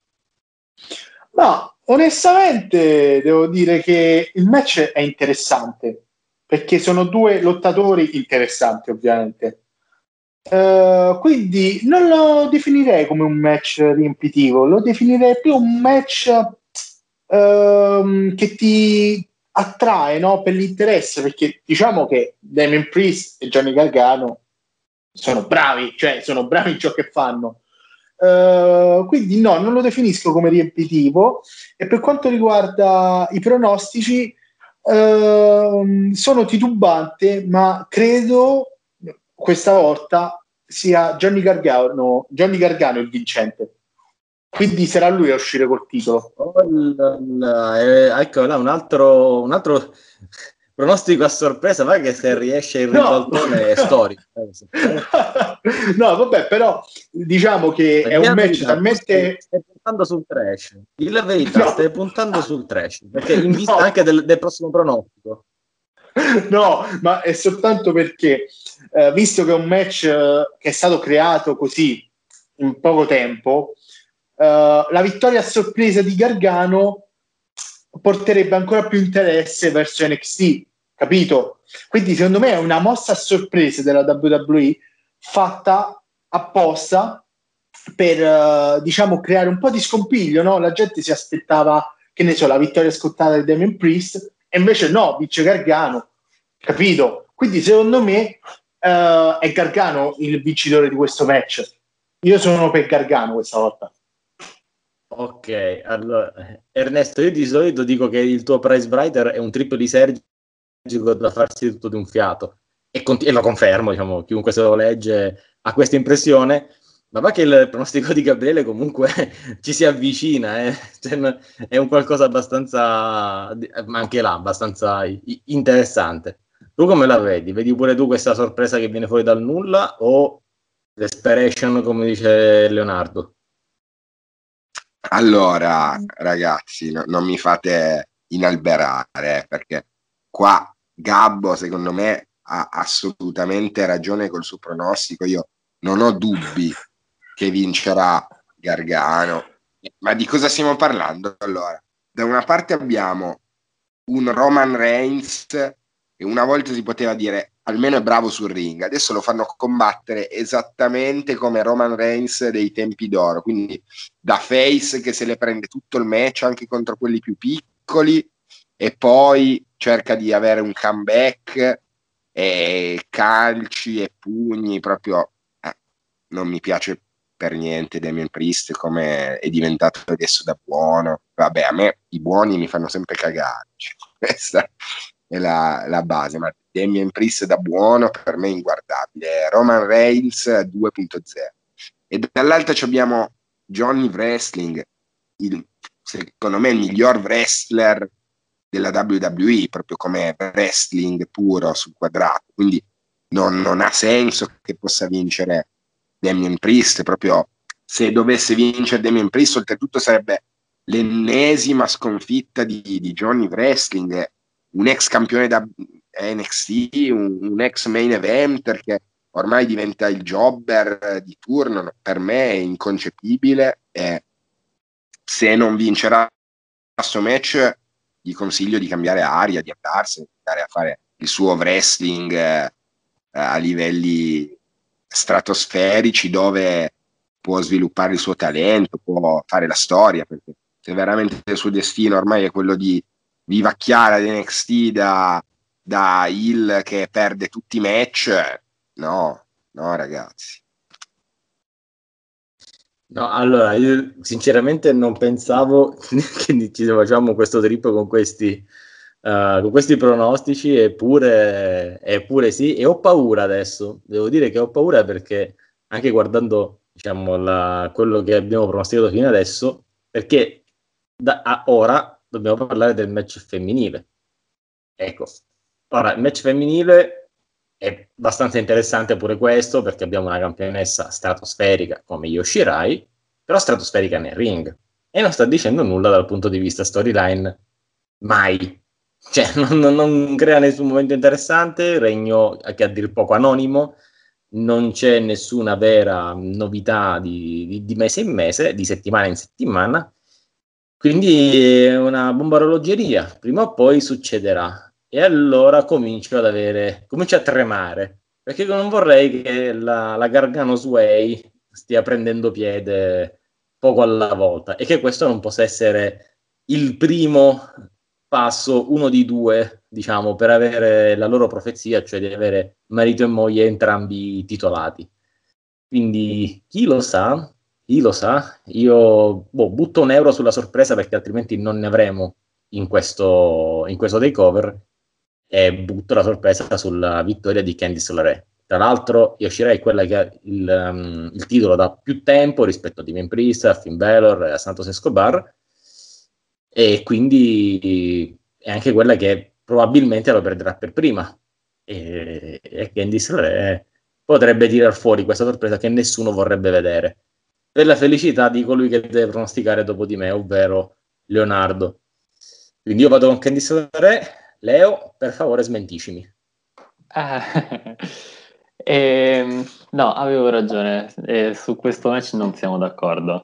No, onestamente devo dire che il match è interessante perché sono due lottatori interessanti, ovviamente. Uh, quindi non lo definirei come un match riempitivo, lo definirei più un match uh, che ti attrae, no? Per l'interesse, perché diciamo che Damian Priest e Johnny Gargano sono bravi, cioè sono bravi in ciò che fanno. Uh, quindi no, non lo definisco come riempitivo. E per quanto riguarda i pronostici, uh, sono titubante, ma credo questa volta sia Johnny Gargano, Johnny Gargano il vincente. Quindi sarà lui a uscire col titolo.
Oh, la, la, eh, ecco là un altro, un altro pronostico a sorpresa, va che se riesce il ribaltone è storico.
No, vabbè, però diciamo che è un match talmente...
Stai, stai puntando sul trash. La verità,
No.
stai puntando sul trash, perché in vista
No.
anche del, del prossimo pronostico.
No, ma è soltanto perché, eh, visto che è un match eh, che è stato creato così in poco tempo, eh, la vittoria a sorpresa di Gargano porterebbe ancora più interesse verso N X T, capito? Quindi secondo me è una mossa a sorpresa della W W E fatta apposta per, uh, diciamo, creare un po' di scompiglio, no? La gente si aspettava, che ne so, la vittoria scottata di Damian Priest, e invece no, vince Gargano, capito? Quindi secondo me uh, è Gargano il vincitore di questo match. Io sono per Gargano questa volta.
Ok, allora Ernesto, io di solito dico che il tuo prize writer è un triplo di Sergio da farsi tutto di un fiato e, cont- e lo confermo, diciamo, chiunque se lo legge ha questa impressione. Ma va che il pronostico di Gabriele comunque ci si avvicina, eh? Cioè, è un qualcosa abbastanza, ma anche là, abbastanza interessante. Tu come la vedi? Vedi pure tu questa sorpresa che viene fuori dal nulla o desperation, come dice Leonardo?
Allora, ragazzi, no- non mi fate inalberare, eh, perché qua Gabbo, secondo me, ha assolutamente ragione col suo pronostico. Io non ho dubbi che vincerà Gargano. Ma di cosa stiamo parlando? Allora, da una parte abbiamo un Roman Reigns e una volta si poteva dire almeno è bravo sul ring, adesso lo fanno combattere esattamente come Roman Reigns dei tempi d'oro, quindi da face che se le prende tutto il match anche contro quelli più piccoli e poi cerca di avere un comeback e calci e pugni proprio eh, non mi piace per niente Damien Priest come è diventato adesso da buono. Vabbè, a me i buoni mi fanno sempre cagare, cioè, questa è la, la base, ma Damien Priest da buono per me è inguardabile. Roman Reigns due punto zero e dall'altra abbiamo Johnny Wrestling, il, secondo me il miglior wrestler della W W E, proprio come wrestling puro sul quadrato, quindi non, non ha senso che possa vincere Damien Priest. Proprio se dovesse vincere Damien Priest, oltretutto sarebbe l'ennesima sconfitta di, di Johnny Wrestling, un ex campione da N X T, un, un ex main eventer che ormai diventa il jobber di turno. Per me è inconcepibile e se non vincerà questo match gli consiglio di cambiare aria, di andarsene, di andare a fare il suo wrestling eh, a livelli stratosferici dove può sviluppare il suo talento, può fare la storia, perché se veramente il suo destino ormai è quello di vivacchiare ad N X T da, da heel che perde tutti i match, no, no ragazzi.
No, allora, io sinceramente non pensavo che ci facciamo questo trip con questi, uh, con questi pronostici, eppure, eppure sì, e ho paura adesso, devo dire che ho paura perché anche guardando, diciamo, la, quello che abbiamo pronosticato fino adesso, perché da a ora dobbiamo parlare del match femminile. Ecco, ora il match femminile è abbastanza interessante pure questo, perché abbiamo una campionessa stratosferica come Io Shirai, però stratosferica nel ring, e non sta dicendo nulla dal punto di vista storyline, mai. Cioè, non, non, non crea nessun momento interessante, regno che a dir poco anonimo, non c'è nessuna vera novità di, di, di mese in mese, di settimana in settimana, quindi è una bomba a orologeria, prima o poi succederà. E allora comincio ad avere, comincio a tremare, perché non vorrei che la, la Gargano's Way stia prendendo piede poco alla volta e che questo non possa essere il primo passo, uno di due, diciamo, per avere la loro profezia, cioè di avere marito e moglie entrambi titolati. Quindi chi lo sa, chi lo sa, io boh, butto un euro sulla sorpresa perché altrimenti non ne avremo in questo, in questo takeover, e butto la sorpresa sulla vittoria di Candice LeRae. Tra l'altro Io Shirai è quella che ha il, um, il titolo da più tempo rispetto a Damien Priest, a Finn Balor e a Santos Escobar, e quindi è anche quella che probabilmente lo perderà per prima, e, e Candice LeRae potrebbe tirar fuori questa sorpresa che nessuno vorrebbe vedere, per la felicità di colui che deve pronosticare dopo di me, ovvero Leonardo. Quindi io vado con Candice LeRae. Leo, per favore smentiscimi.
Eh, eh, no, avevo ragione, eh, su questo match non siamo d'accordo.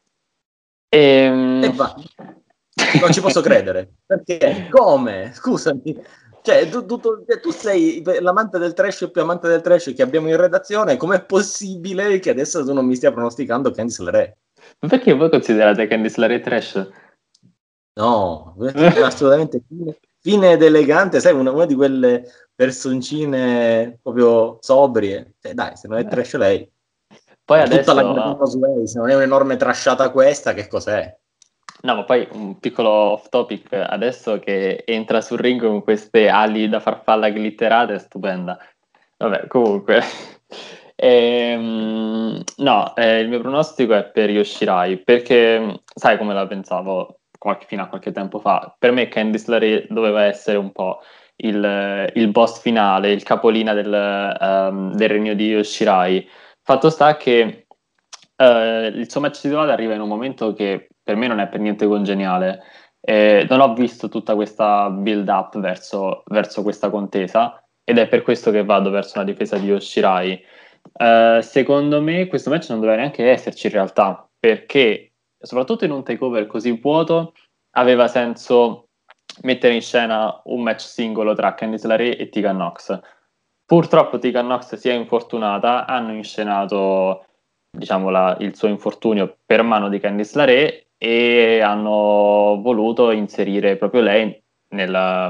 E va. Non ci posso credere. Perché? Come? Scusami. Cioè, tu, tu, tu, tu sei l'amante del trash più amante del trash che abbiamo in redazione. Com'è possibile che adesso tu non mi stia pronosticando Candice LeRae?
Perché voi considerate Candice LeRae trash?
No, assolutamente fine, fine ed elegante, sai, una, una di quelle personcine proprio sobrie. Cioè, dai, se non è trash lei.
Poi
Ma
adesso...
tutta la Way, se non è un'enorme trashata questa, che cos'è?
No, ma poi un piccolo off topic, adesso che entra sul ring con queste ali da farfalla glitterate, è stupenda. Vabbè, comunque. Ehm, no, eh, il mio pronostico è per Yoshirai, perché sai come la pensavo qualche, fino a qualche tempo fa. Per me Candice LeRae doveva essere un po' il, il boss finale, il capolina del, ehm, del regno di Yoshirai. Fatto sta che eh, il suo match titolare arriva in un momento che per me non è per niente congeniale. Eh, non ho visto tutta questa build up verso, verso questa contesa, ed è per questo che vado verso una difesa di Yoshirai. Uh, secondo me questo match non doveva neanche esserci in realtà, perché soprattutto in un takeover così vuoto aveva senso mettere in scena un match singolo tra Candice LeRae e Tegan Nox. Purtroppo Tegan Nox si è infortunata, hanno inscenato diciamo la, il suo infortunio per mano di Candice LeRae e hanno voluto inserire proprio lei nella,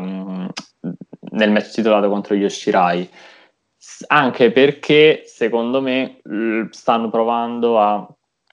nel match titolato contro Yoshirai, anche perché secondo me stanno provando a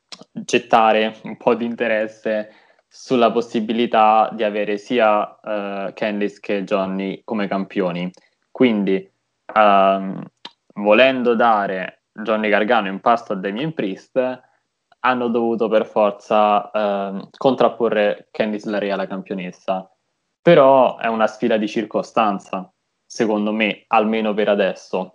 gettare un po' di interesse sulla possibilità di avere sia uh, Candice che Johnny come campioni. Quindi um, volendo dare Johnny Gargano in pasto a Damien Priest, hanno dovuto per forza uh, contrapporre Candice LeRae alla campionessa. Però è una sfida di circostanza, secondo me, almeno per adesso.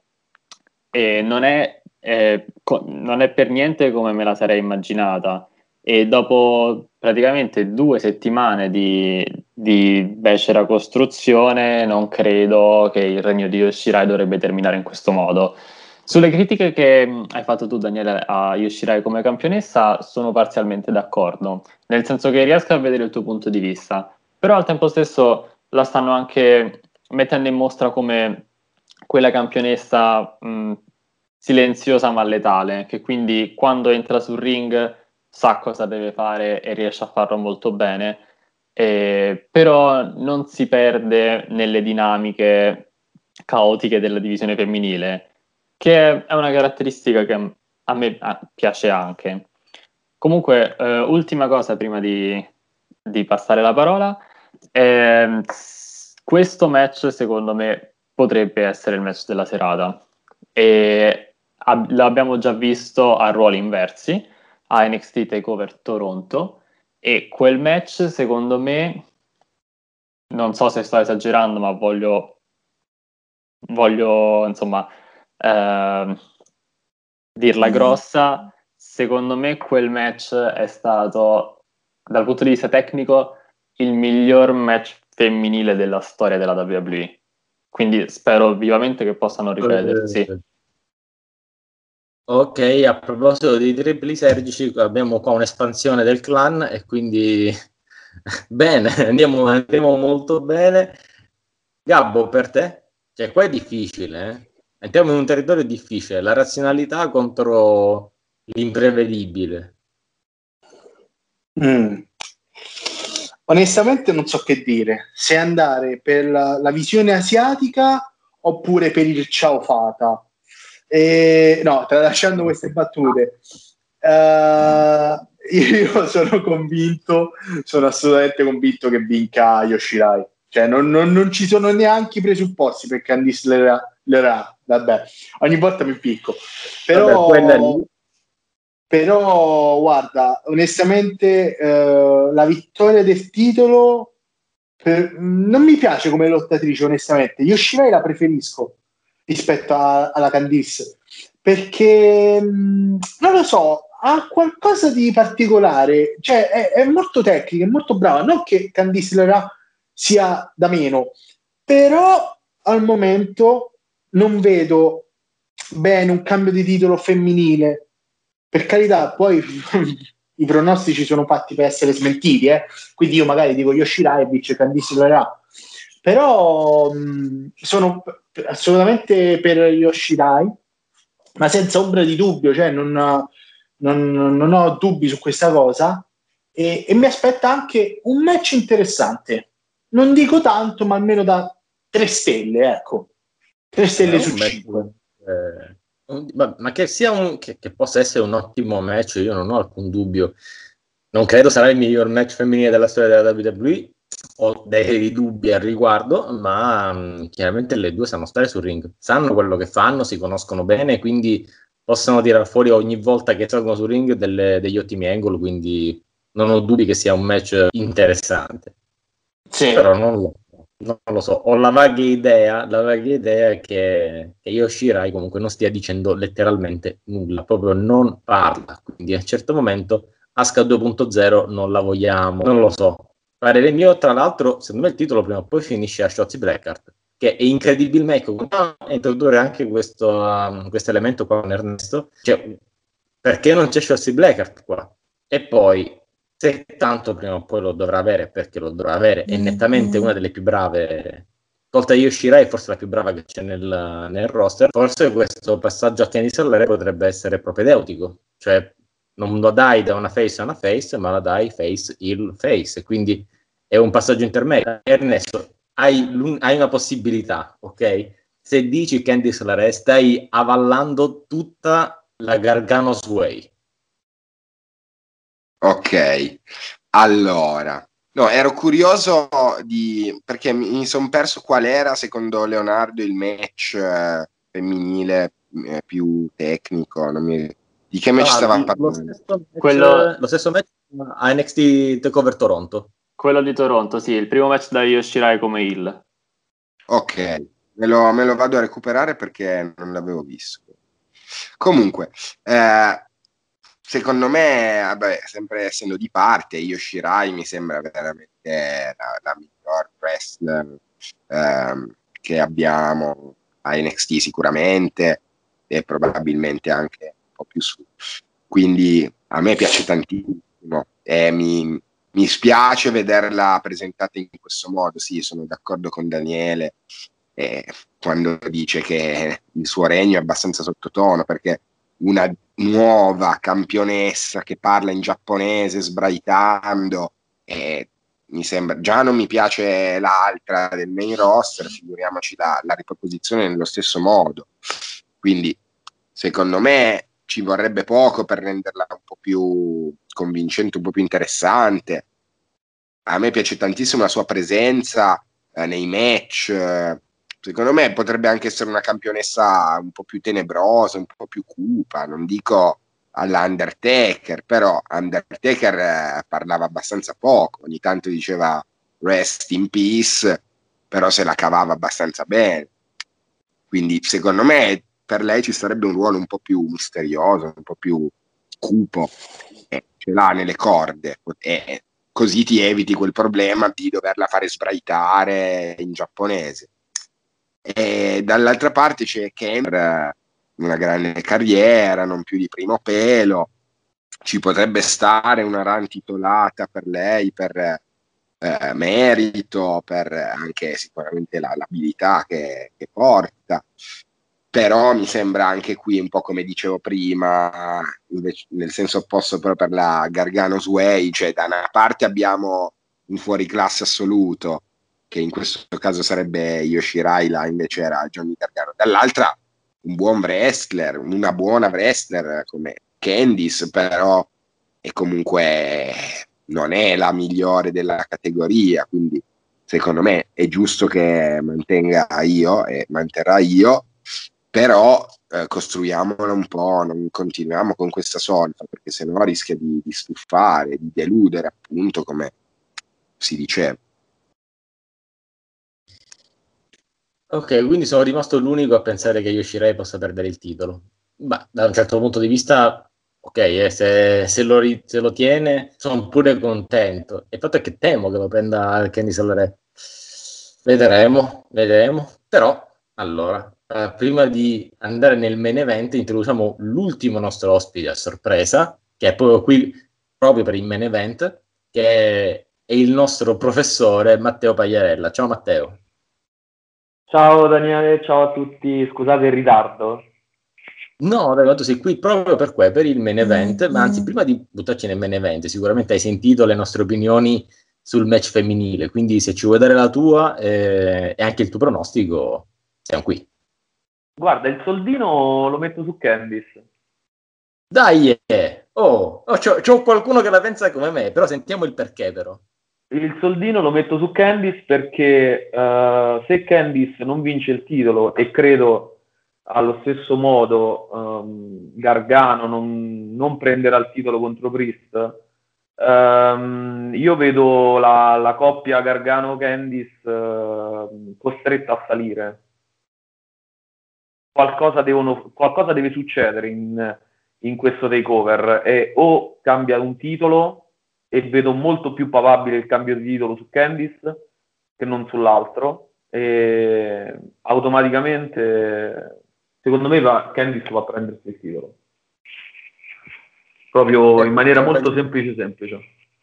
E non è, eh, co- non è per niente come me la sarei immaginata. E dopo praticamente due settimane di, di becera costruzione, non credo che il regno di Yoshirai dovrebbe terminare in questo modo. Sulle critiche che hai fatto tu, Daniele, a Yoshirai come campionessa, sono parzialmente d'accordo, nel senso che riesco a vedere il tuo punto di vista, però al tempo stesso la stanno anche mettendo in mostra come quella campionessa mh, silenziosa ma letale, che quindi quando entra sul ring sa cosa deve fare e riesce a farlo molto bene, eh, però non si perde nelle dinamiche caotiche della divisione femminile, che è una caratteristica che a me piace anche. Comunque, eh, ultima cosa prima di, di passare la parola, eh, questo match secondo me potrebbe essere il match della serata, e ab- l'abbiamo già visto a ruoli inversi a N X T TakeOver Toronto, e quel match secondo me, non so se sto esagerando, ma voglio voglio insomma eh, dirla grossa, secondo me quel match è stato dal punto di vista tecnico il miglior match femminile della storia della W W E, quindi spero vivamente che possano ripetersi.
Ok, a proposito di tripli lisergici, abbiamo qua un'espansione del clan e quindi bene, andiamo, andiamo molto bene. Gabbo, per te? Cioè, qua è difficile, eh? Entriamo in un territorio difficile, la razionalità contro l'imprevedibile.
Mm. Onestamente non so che dire, se andare per la, la visione asiatica oppure per il ciao fata. E, no, tralasciando queste battute, uh, io sono convinto, sono assolutamente convinto che vinca Yoshirai. Cioè, non, non, non ci sono neanche i presupposti per Candice LeRae. Vabbè, ogni volta mi picco. Però, Vabbè, però guarda, onestamente, uh, la vittoria del titolo per, non mi piace come lottatrice, onestamente. Yoshirai la preferisco rispetto a, alla Candice, perché mh, non lo so, ha qualcosa di particolare, cioè è, è molto tecnica, è molto brava, non che Candice LeRae sia da meno, però al momento non vedo bene un cambio di titolo femminile. Per carità, poi i pronostici sono fatti per essere smentiti, eh? Quindi io magari dico Yoshirai e vince Candice LeRae, però mh, sono assolutamente per Yoshirai, ma senza ombra di dubbio, cioè non, non, non ho dubbi su questa cosa, e, e mi aspetta anche un match interessante, non dico tanto, ma almeno da tre stelle, ecco, tre stelle eh, su cinque.
Eh, ma, ma che sia un, che, che possa essere un ottimo match, io non ho alcun dubbio. Non credo sarà il miglior match femminile della storia della W W E, ho dei dubbi al riguardo, ma mh, chiaramente le due sanno stare sul ring, sanno quello che fanno, si conoscono bene, quindi possano tirare fuori ogni volta che salgono sul ring delle, degli ottimi angle, quindi non ho dubbi che sia un match interessante.
Sì.
Però non lo, non lo so, ho la vaga idea, la vaga idea che, che Io Shirai comunque non stia dicendo letteralmente nulla, proprio non parla, quindi a un certo momento Asuka due punto zero non la vogliamo, non lo so. Parere mio, tra l'altro, secondo me il titolo prima o poi finisce a Shotzi Blackheart, che è incredibilmente a introdurre anche questo um, questo elemento qua con Ernesto, cioè, perché non c'è Shotzi Blackheart qua? E poi, se tanto prima o poi lo dovrà avere, perché lo dovrà avere, è nettamente una delle più brave, tolta Io Shirai, forse la più brava che c'è nel, nel roster, forse questo passaggio a Candice LeRae potrebbe essere propedeutico, cioè non lo dai da una face a una face, ma la dai face il face, quindi è un passaggio intermedio. Ernesto, hai, hai una possibilità, ok? Se dici Candice LeRae, stai avallando tutta la Gargano's Way.
Ok, allora, no, ero curioso di, perché mi, mi sono perso qual era secondo Leonardo il match eh, femminile eh, più tecnico, non mi, di che match
Ah,
stava
lo,
parlando?
stesso match,
Quello-
lo stesso match a N X T TakeOver Toronto.
Quello di Toronto, sì, il primo match da Io Shirai come heel.
Ok, me lo, me lo vado a recuperare perché non l'avevo visto. Comunque, eh, secondo me, vabbè, sempre essendo di parte, Io Shirai mi sembra veramente la, la miglior wrestler ehm, che abbiamo a N X T sicuramente e probabilmente anche un po' più su. Quindi a me piace tantissimo e mi, mi spiace vederla presentata in questo modo. Sì, sono d'accordo con Daniele eh, quando dice che il suo regno è abbastanza sottotono, perché una nuova campionessa che parla in giapponese sbraitando eh, mi sembra, già non mi piace l'altra del main roster, figuriamoci la, la riproposizione nello stesso modo. Quindi secondo me ci vorrebbe poco per renderla un po' più convincente, un po' più interessante. A me piace tantissimo la sua presenza eh, nei match. eh, Secondo me potrebbe anche essere una campionessa un po' più tenebrosa, un po' più cupa, non dico alla Undertaker, però Undertaker eh, parlava abbastanza poco, ogni tanto diceva rest in peace, però se la cavava abbastanza bene. Quindi secondo me per lei ci sarebbe un ruolo un po' più misterioso, un po' più cupo, eh, ce l'ha nelle corde, e così ti eviti quel problema di doverla fare sbraitare in giapponese. E dall'altra parte c'è Ken, una grande carriera, non più di primo pelo, ci potrebbe stare una run titolata per lei, per eh, merito, per anche sicuramente la, l'abilità che, che porta, però mi sembra anche qui un po' come dicevo prima, invece, nel senso opposto però per la Gargano's Way, cioè da una parte abbiamo un fuoriclasse assoluto, che in questo caso sarebbe Io Shirai, là invece era Johnny Gargano, dall'altra un buon wrestler, una buona wrestler come Candice, però è comunque non è la migliore della categoria, quindi secondo me è giusto che mantenga Io e manterrà Io, però eh, costruiamola un po', non continuiamo con questa solfa, perché sennò rischia di, di stufare, di deludere, appunto, come si diceva.
Ok, quindi sono rimasto l'unico a pensare che Io Shirai possa perdere il titolo. Ma da un certo punto di vista, ok, eh, se, se, lo, ri- se lo tiene, sono pure contento. Il fatto è che temo che lo prenda Candice LeRae. Vedremo, vedremo. Però, allora, eh, prima di andare nel main event, introduciamo l'ultimo nostro ospite a sorpresa, che è proprio qui, proprio per il main event, che è il nostro professore Matteo Pagliarella. Ciao Matteo.
Ciao Daniele, ciao a tutti, scusate il ritardo.
No, dai, tu sei qui proprio per que, per il main event, ma anzi, prima di buttarci nel main event, sicuramente hai sentito le nostre opinioni sul match femminile, quindi se ci vuoi dare la tua eh, e anche il tuo pronostico, siamo qui.
Guarda, il soldino lo metto su Candice.
Dai, eh. oh, oh c'ho, c'ho qualcuno che la pensa come me, però sentiamo il perché però.
Il soldino lo metto su Candice perché uh, se Candice non vince il titolo, e credo allo stesso modo um, Gargano non, non prenderà il titolo contro Priest, um, io vedo la, la coppia Gargano-Candice uh, costretta a salire. Qualcosa, devono, qualcosa deve succedere in, in questo takeover, e o cambia un titolo, e vedo molto più papabile il cambio di titolo su Candice che non sull'altro, e automaticamente secondo me va, Candice va a prendersi il titolo proprio in maniera molto semplice semplice.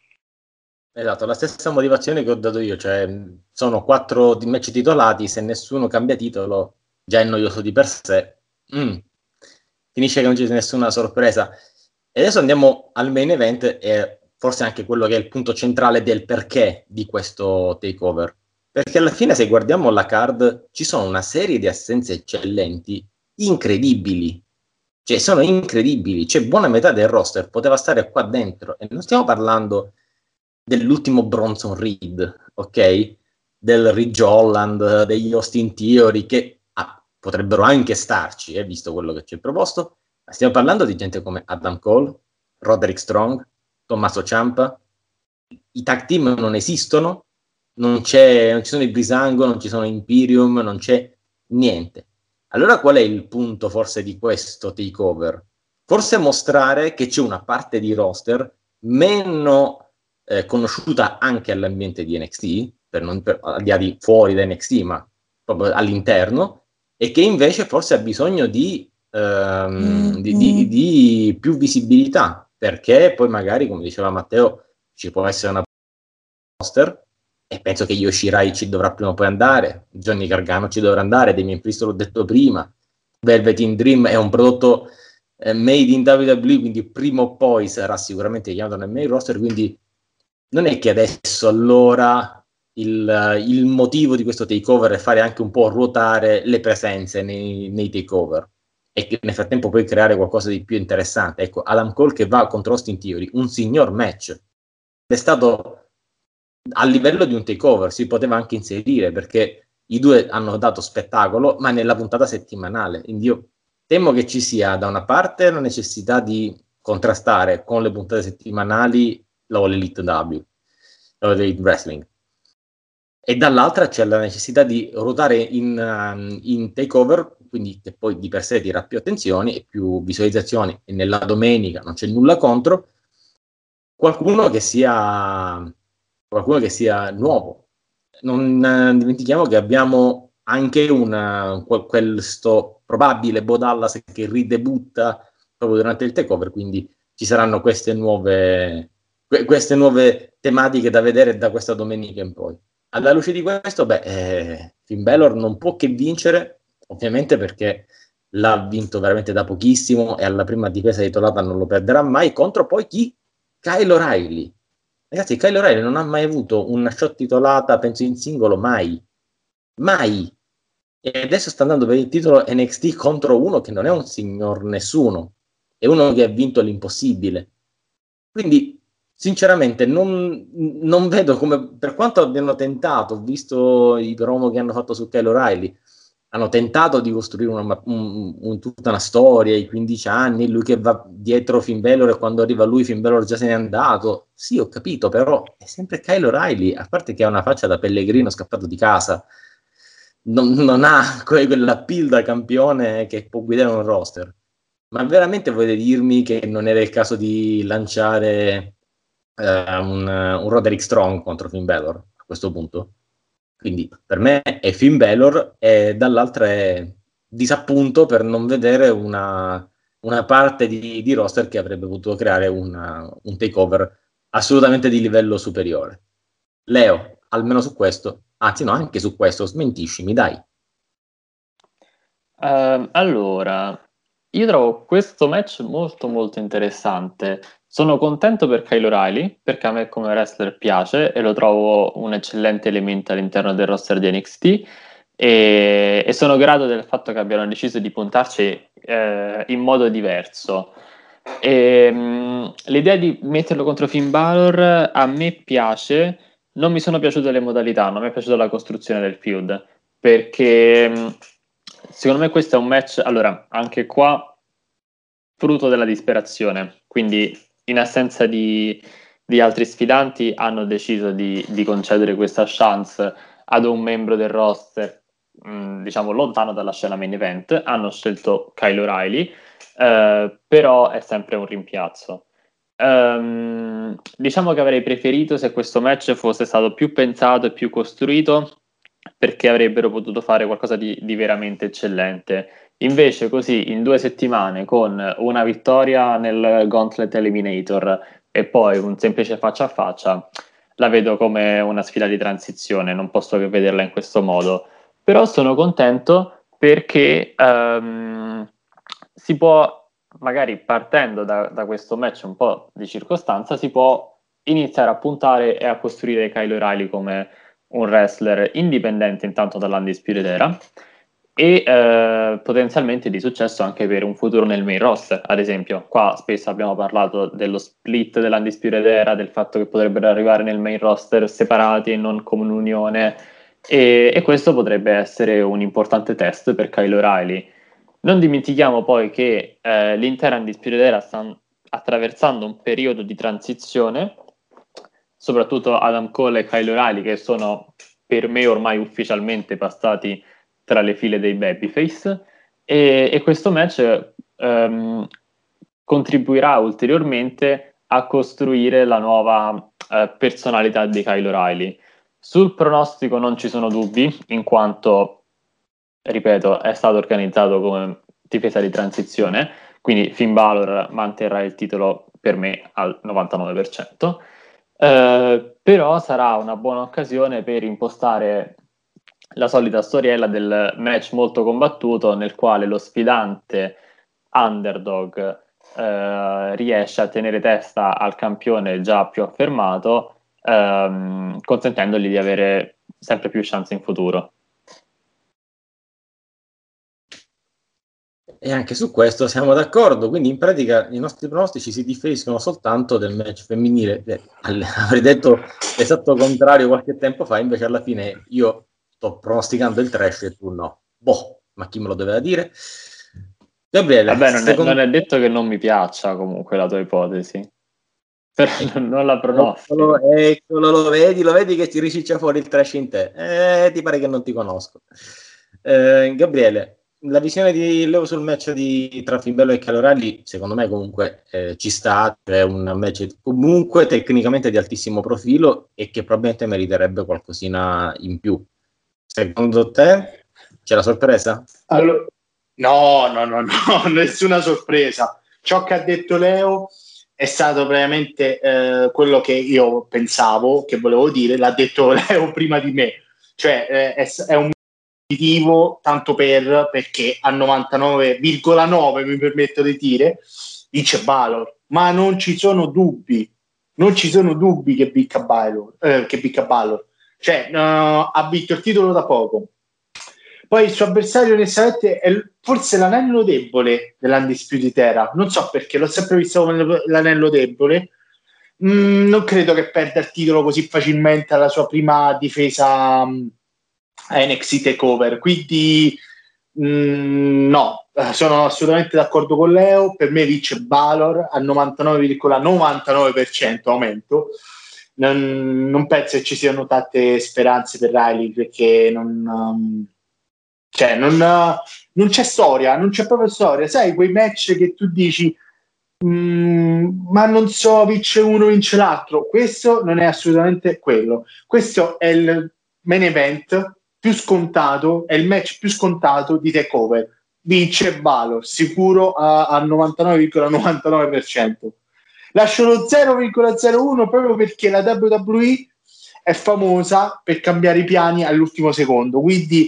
Esatto, la stessa motivazione che ho dato io, cioè sono quattro match titolati, se nessuno cambia titolo già è noioso di per sé, mm. finisce che non c'è nessuna sorpresa. E adesso andiamo al main event, e forse anche quello che è il punto centrale del perché di questo takeover, perché alla fine, se guardiamo la card, ci sono una serie di assenze eccellenti, incredibili, cioè sono incredibili, cioè buona metà del roster poteva stare qua dentro, e non stiamo parlando dell'ultimo Bronson Reed, ok? Del Ridge Holland, degli Austin Theory, che ah, potrebbero anche starci, eh, visto quello che ci è proposto, ma stiamo parlando di gente come Adam Cole, Roderick Strong, Tommaso Ciampa. I tag team non esistono, non, c'è, non ci sono i Brisango, non ci sono Imperium, non c'è niente. Allora qual è il punto forse di questo takeover? Forse mostrare che c'è una parte di roster meno eh, conosciuta anche all'ambiente di N X T, per non, per, al di là di fuori da N X T, ma proprio all'interno, e che invece forse ha bisogno di, ehm, mm-hmm. di, di, di più visibilità, perché poi magari, come diceva Matteo, ci può essere una roster, e penso che Yoshirai ci dovrà prima o poi andare, Johnny Gargano ci dovrà andare, Damien Priest l'ho detto prima, Velvet in Dream è un prodotto eh, made in W W E, quindi prima o poi sarà sicuramente chiamato nel main roster, quindi non è che adesso allora il, il motivo di questo takeover è fare anche un po' ruotare le presenze nei, nei takeover, e che nel frattempo poi creare qualcosa di più interessante. Ecco, Adam Cole che va contro Austin Theory, un signor match, è stato a livello di un takeover, si poteva anche inserire, perché i due hanno dato spettacolo, ma nella puntata settimanale. Quindi io temo che ci sia da una parte la necessità di contrastare con le puntate settimanali la All Elite W, la All Elite Wrestling, e dall'altra c'è la necessità di ruotare in, um, in takeover, quindi che poi di per sé tira più attenzioni e più visualizzazioni, e nella domenica non c'è nulla contro, qualcuno che sia qualcuno che sia nuovo. Non eh, dimentichiamo che abbiamo anche una, quel, questo probabile Bo Dallas che ridebutta proprio durante il takeover, quindi ci saranno queste nuove, que, queste nuove tematiche da vedere da questa domenica in poi. Alla luce di questo, beh, eh, Finn Balor non può che vincere, ovviamente, perché l'ha vinto veramente da pochissimo e alla prima difesa titolata non lo perderà mai, contro poi chi? Kyle O'Reilly. Ragazzi, Kyle O'Reilly non ha mai avuto una shot titolata, penso in singolo, mai. Mai. E adesso sta andando per il titolo N X T contro uno che non è un signor nessuno. È uno che ha vinto l'impossibile. Quindi, sinceramente, non, non vedo come, per quanto abbiano tentato, visto i promo che hanno fatto su Kyle O'Reilly, hanno tentato di costruire una, un, un, tutta una storia, i quindici anni, lui che va dietro Finn Balor, e quando arriva lui Finn Balor già se n'è andato. Sì, ho capito, però è sempre Kyle O'Reilly, a parte che ha una faccia da pellegrino scappato di casa, non, non ha quell'appeal da campione che può guidare un roster. Ma veramente volete dirmi che non era il caso di lanciare eh, un, un Roderick Strong contro Finn Balor a questo punto? Quindi per me è Finn Balor, e dall'altra è disappunto per non vedere una, una parte di, di roster che avrebbe potuto creare una, un takeover assolutamente di livello superiore. Leo, almeno su questo, anzi no, anche su questo, smentiscimi, dai.
Uh, allora, io trovo questo match molto molto interessante. Sono contento per Kyle O'Reilly, perché a me come wrestler piace e lo trovo un eccellente elemento all'interno del roster di N X T, e, e sono grato del fatto che abbiano deciso di puntarci eh, in modo diverso. E, mh, l'idea di metterlo contro Finn Balor a me piace. Non mi sono piaciute le modalità, non mi è piaciuta la costruzione del feud, perché mh, secondo me questo è un match, allora, anche qua, frutto della disperazione, quindi in assenza di, di altri sfidanti hanno deciso di, di concedere questa chance ad un membro del roster, mh, diciamo, lontano dalla scena main event, hanno scelto Kyle O'Reilly, eh, però è sempre un rimpiazzo. Um, diciamo che avrei preferito se questo match fosse stato più pensato e più costruito, perché avrebbero potuto fare qualcosa di, di veramente eccellente. Invece così in due settimane, con una vittoria nel Gauntlet Eliminator e poi un semplice faccia a faccia, la vedo come una sfida di transizione, non posso che vederla in questo modo. Però sono contento perché um, si può, magari partendo da, da questo match un po' di circostanza, si può iniziare a puntare e a costruire Kyle O'Reilly come un wrestler indipendente intanto dall'Undisputed Era e eh, potenzialmente di successo anche per un futuro nel main roster. Ad esempio, qua spesso abbiamo parlato dello split dell'Undisputed Era, del fatto che potrebbero arrivare nel main roster separati e non come un'unione, e, e questo potrebbe essere un importante test per Kyle O'Reilly. Non dimentichiamo poi che eh, l'intera Undisputed Era sta attraversando un periodo di transizione, soprattutto Adam Cole e Kyle O'Reilly, che sono per me ormai ufficialmente passati tra le file dei babyface, e, e questo match ehm, contribuirà ulteriormente a costruire la nuova eh, personalità di Kyle O'Reilly. Sul pronostico non ci sono dubbi, in quanto, ripeto, è stato organizzato come difesa di transizione, quindi Finn Balor manterrà il titolo per me al novantanove per cento. Uh, però sarà una buona occasione per impostare la solita storiella del match molto combattuto, nel quale lo sfidante underdog uh, riesce a tenere testa al campione già più affermato, um, consentendogli di avere sempre più chance in futuro.
E anche su questo siamo d'accordo, quindi in pratica i nostri pronostici si differiscono soltanto del match femminile. Eh, avrei detto l'esatto contrario qualche tempo fa, invece alla fine io sto pronosticando il trash e tu no. Boh, ma chi me lo doveva dire? Gabriele,
vabbè, non,
secondo...
è, non è detto che non mi piaccia comunque la tua ipotesi, però non la pronostico.
Eccolo, eccolo, lo vedi, lo vedi che ti riciccia fuori il trash in te. Eh, ti pare che non ti conosco. Eh, Gabriele, la visione di Leo sul match di, tra Finn Balor e Kyle O'Reilly, secondo me comunque eh, ci sta, è un match comunque tecnicamente di altissimo profilo e che probabilmente meriterebbe qualcosina in più. Secondo te c'è la sorpresa?
Allora, no, no, no, no, nessuna sorpresa. Ciò che ha detto Leo è stato veramente eh, quello che io pensavo, che volevo dire, l'ha detto Leo prima di me. Cioè eh, è, è un positivo tanto per perché a novantanove virgola nove mi permetto di dire vince Balor, ma non ci sono dubbi, non ci sono dubbi che vinca Balor, eh, che vinca Balor. Cioè uh, ha vinto il titolo da poco. Poi il suo avversario onestamente è forse l'anello debole dell'Undisputed Era, non so perché, l'ho sempre visto come l'anello debole. Mm, non credo che perda il titolo così facilmente alla sua prima difesa um, a N X T TakeOver, quindi mm, no, sono assolutamente d'accordo con Leo. Per me vince Balor al novantanove virgola novantanove per cento aumento. Non, non penso che ci siano tante speranze per Riley, perché non, um, cioè non, uh, non c'è storia, non c'è proprio storia. Sai, quei match che tu dici mm, ma non so, vince uno, vince l'altro. Questo non è assolutamente quello. Questo è il main event più scontato, è il match più scontato di TakeOver. Vince Balor sicuro a, al novantanove virgola novantanove per cento. Lascio lo zero virgola zero uno proprio perché la W W E è famosa per cambiare i piani all'ultimo secondo, quindi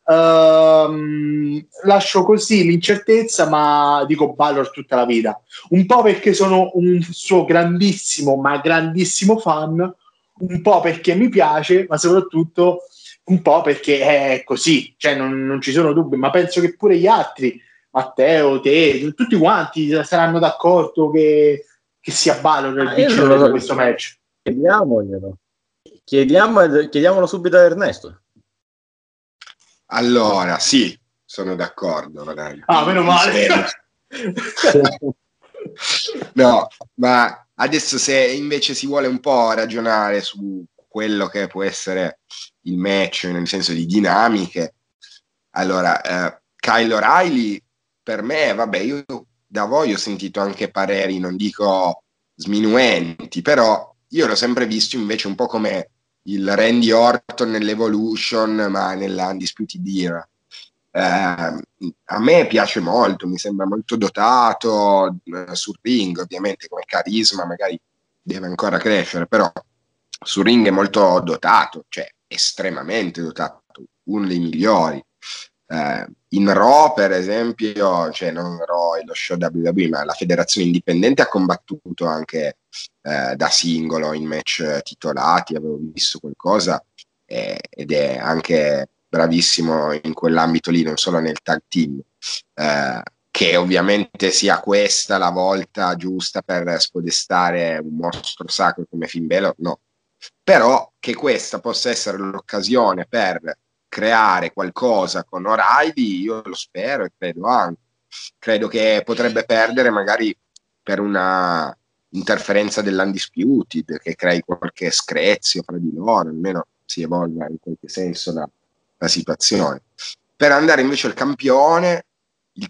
um, lascio così l'incertezza, ma dico Balor tutta la vita, un po' perché sono un suo grandissimo ma grandissimo fan, un po' perché mi piace, ma soprattutto un po' perché è così, cioè non, non ci sono dubbi, ma penso che pure gli altri, Matteo, te, tutti quanti saranno d'accordo che che sia Balor il vincitore di questo match.
Chiediamoglielo. Chiediamo, chiediamolo subito a Ernesto.
Allora, sì, sono d'accordo. Ronaldo.
Ah, meno male.
No, ma adesso se invece si vuole un po' ragionare su quello che può essere il match nel senso di dinamiche, allora eh, Kyle O'Reilly per me, vabbè, io da voi ho sentito anche pareri, non dico sminuenti, però io l'ho sempre visto invece un po' come il Randy Orton nell'Evolution, ma nella Undisputed Era. Eh, a me piace molto, mi sembra molto dotato eh, sul ring, ovviamente come carisma magari deve ancora crescere, però sul ring è molto dotato, cioè estremamente dotato, uno dei migliori. Eh, in Raw per esempio, cioè non Raw e lo show W W E, ma la federazione indipendente ha combattuto anche eh, da singolo in match titolati, avevo visto qualcosa eh, ed è anche bravissimo in quell'ambito lì, non solo nel tag team, eh, che ovviamente sia questa la volta giusta per spodestare un mostro sacro come Finn Balor, no, però che questa possa essere l'occasione per creare qualcosa con O'Reilly, io lo spero e credo anche. Credo che potrebbe perdere magari per una interferenza dell'Undisputed, che crei qualche screzio fra di loro, almeno si evolva in qualche senso la, la situazione. Per andare invece al campione, il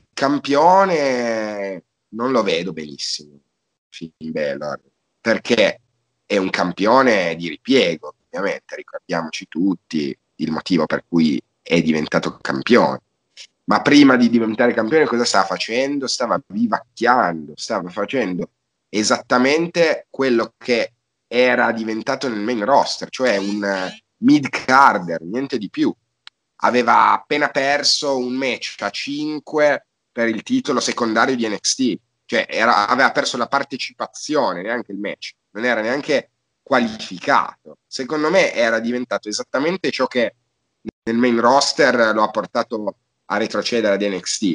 campione non lo vedo benissimo, Finn Balor, perché è un campione di ripiego, ovviamente, ricordiamoci tutti il motivo per cui è diventato campione. Ma prima di diventare campione cosa stava facendo? Stava vivacchiando, stava facendo esattamente quello che era diventato nel main roster, cioè un mid-carder, niente di più. Aveva appena perso un match a cinque per il titolo secondario di N X T, cioè era, aveva perso la partecipazione, neanche il match, non era neanche qualificato. Secondo me era diventato esattamente ciò che nel main roster lo ha portato a retrocedere ad N X T.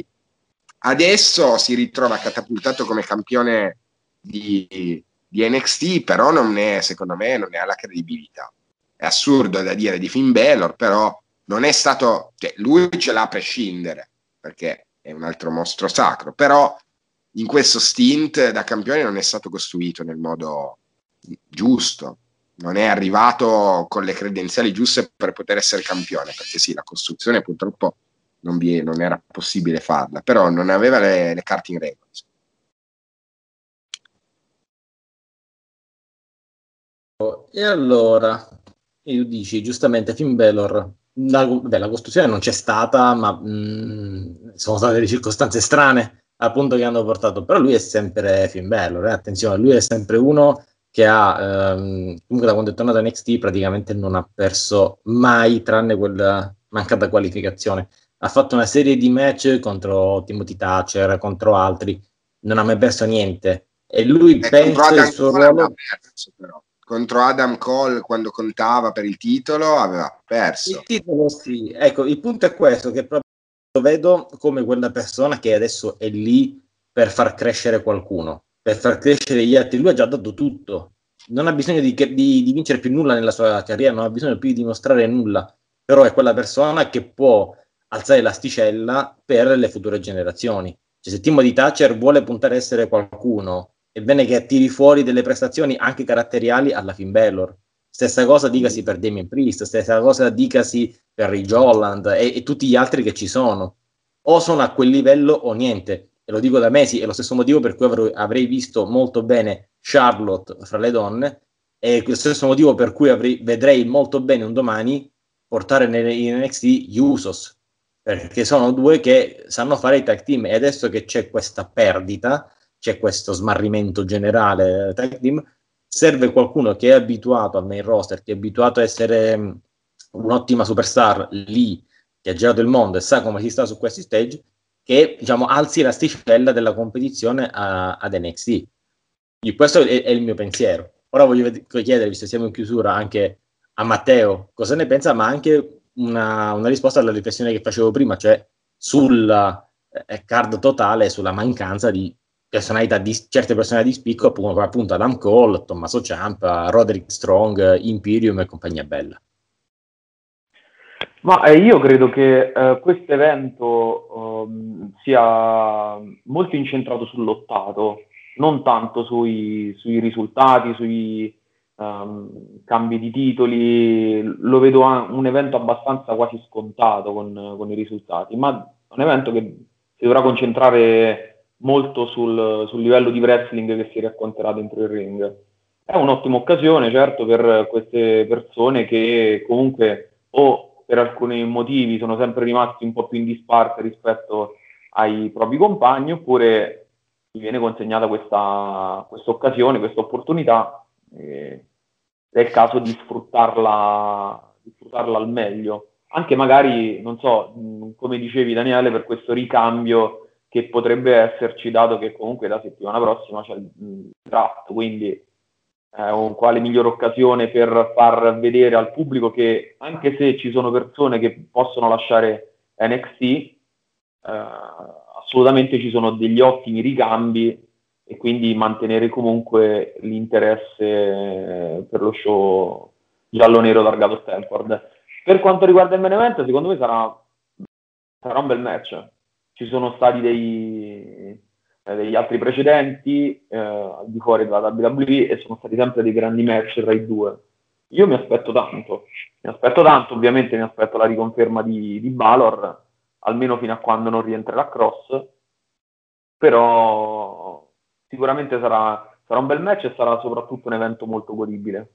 Adesso si ritrova catapultato come campione di, di N X T, però non è, secondo me non ne ha la credibilità. È assurdo da dire di Finn Balor, però non è stato, cioè lui ce l'ha a prescindere perché è un altro mostro sacro, però in questo stint da campione non è stato costruito nel modo giusto, non è arrivato con le credenziali giuste per poter essere campione, perché sì, la costruzione purtroppo non, vi è, non era possibile farla, però non aveva le, le carte in regola.
E allora, e tu dici giustamente Finn Balor, la, beh, la costruzione non c'è stata, ma mh, sono state delle circostanze strane appunto che hanno portato, però lui è sempre Finn Balor, eh? Attenzione, lui è sempre uno che ha, ehm, comunque da quando è tornato a N X T praticamente non ha perso mai, tranne quella mancata qualificazione. Ha fatto una serie di match contro Timothy Thatcher, contro altri, non ha mai perso niente. E lui
e
pensa il suo ruolo...
Perso, però. Contro Adam Cole, quando contava per il titolo, aveva perso.
Il titolo sì, ecco, il punto è questo, che proprio lo vedo come quella persona che adesso è lì per far crescere qualcuno, per far crescere gli altri. Lui ha già dato tutto, non ha bisogno di, di, di vincere più nulla nella sua carriera, non ha bisogno più di dimostrare nulla, però è quella persona che può alzare l'asticella per le future generazioni. Cioè, se Timothy Thatcher vuole puntare a essere qualcuno, è bene che tiri fuori delle prestazioni anche caratteriali alla Finn Balor. Stessa cosa dicasi per Damien Priest, stessa cosa dicasi per Ridge Holland e, e tutti gli altri che ci sono. O sono a quel livello o niente. E lo dico da mesi, è lo stesso motivo per cui avrei, avrei visto molto bene Charlotte fra le donne, e lo stesso motivo per cui avrei, vedrei molto bene un domani portare in N X T gli Usos, perché sono due che sanno fare i tag team, e adesso che c'è questa perdita, c'è questo smarrimento generale tag team, serve qualcuno che è abituato al main roster, che è abituato a essere un'ottima superstar lì, che ha girato il mondo e sa come si sta su questi stage, che diciamo alzi l'asticella della competizione a, ad N X T. E questo è, è il mio pensiero. Ora voglio chiedere, visto che siamo in chiusura, anche a Matteo cosa ne pensa, ma anche una, una risposta alla riflessione che facevo prima, cioè sulla eh, card totale, sulla mancanza di personalità di certe personalità di spicco, appunto, appunto Adam Cole, Tommaso Ciampa, Roderick Strong, Imperium e compagnia bella.
Ma eh, io credo che eh, questo evento ehm, sia molto incentrato sull'ottato, non tanto sui, sui risultati, sui ehm, cambi di titoli. Lo vedo a- un evento abbastanza quasi scontato con, con i risultati, ma un evento che si dovrà concentrare molto sul, sul livello di wrestling che si racconterà dentro il ring. È un'ottima occasione, certo, per queste persone che comunque o per alcuni motivi sono sempre rimasti un po' più in disparte rispetto ai propri compagni, oppure gli viene consegnata questa questa occasione, questa opportunità, e è il caso di sfruttarla, di sfruttarla al meglio. Anche magari, non so, mh, come dicevi Daniele, per questo ricambio che potrebbe esserci, dato che comunque la settimana prossima c'è il il draft, quindi è un, quale migliore occasione per far vedere al pubblico che anche se ci sono persone che possono lasciare N X T, eh, assolutamente ci sono degli ottimi ricambi, e quindi mantenere comunque l'interesse per lo show giallo-nero targato Stanford. Per quanto riguarda il main event, secondo me sarà, sarà un bel match. Ci sono stati dei, eh, degli altri precedenti eh, al di fuori della W W E e sono stati sempre dei grandi match tra i due. Io mi aspetto tanto, mi aspetto tanto, ovviamente mi aspetto la riconferma di, di Balor, almeno fino a quando non rientrerà Cross, però sicuramente sarà, sarà un bel match e sarà soprattutto un evento molto godibile.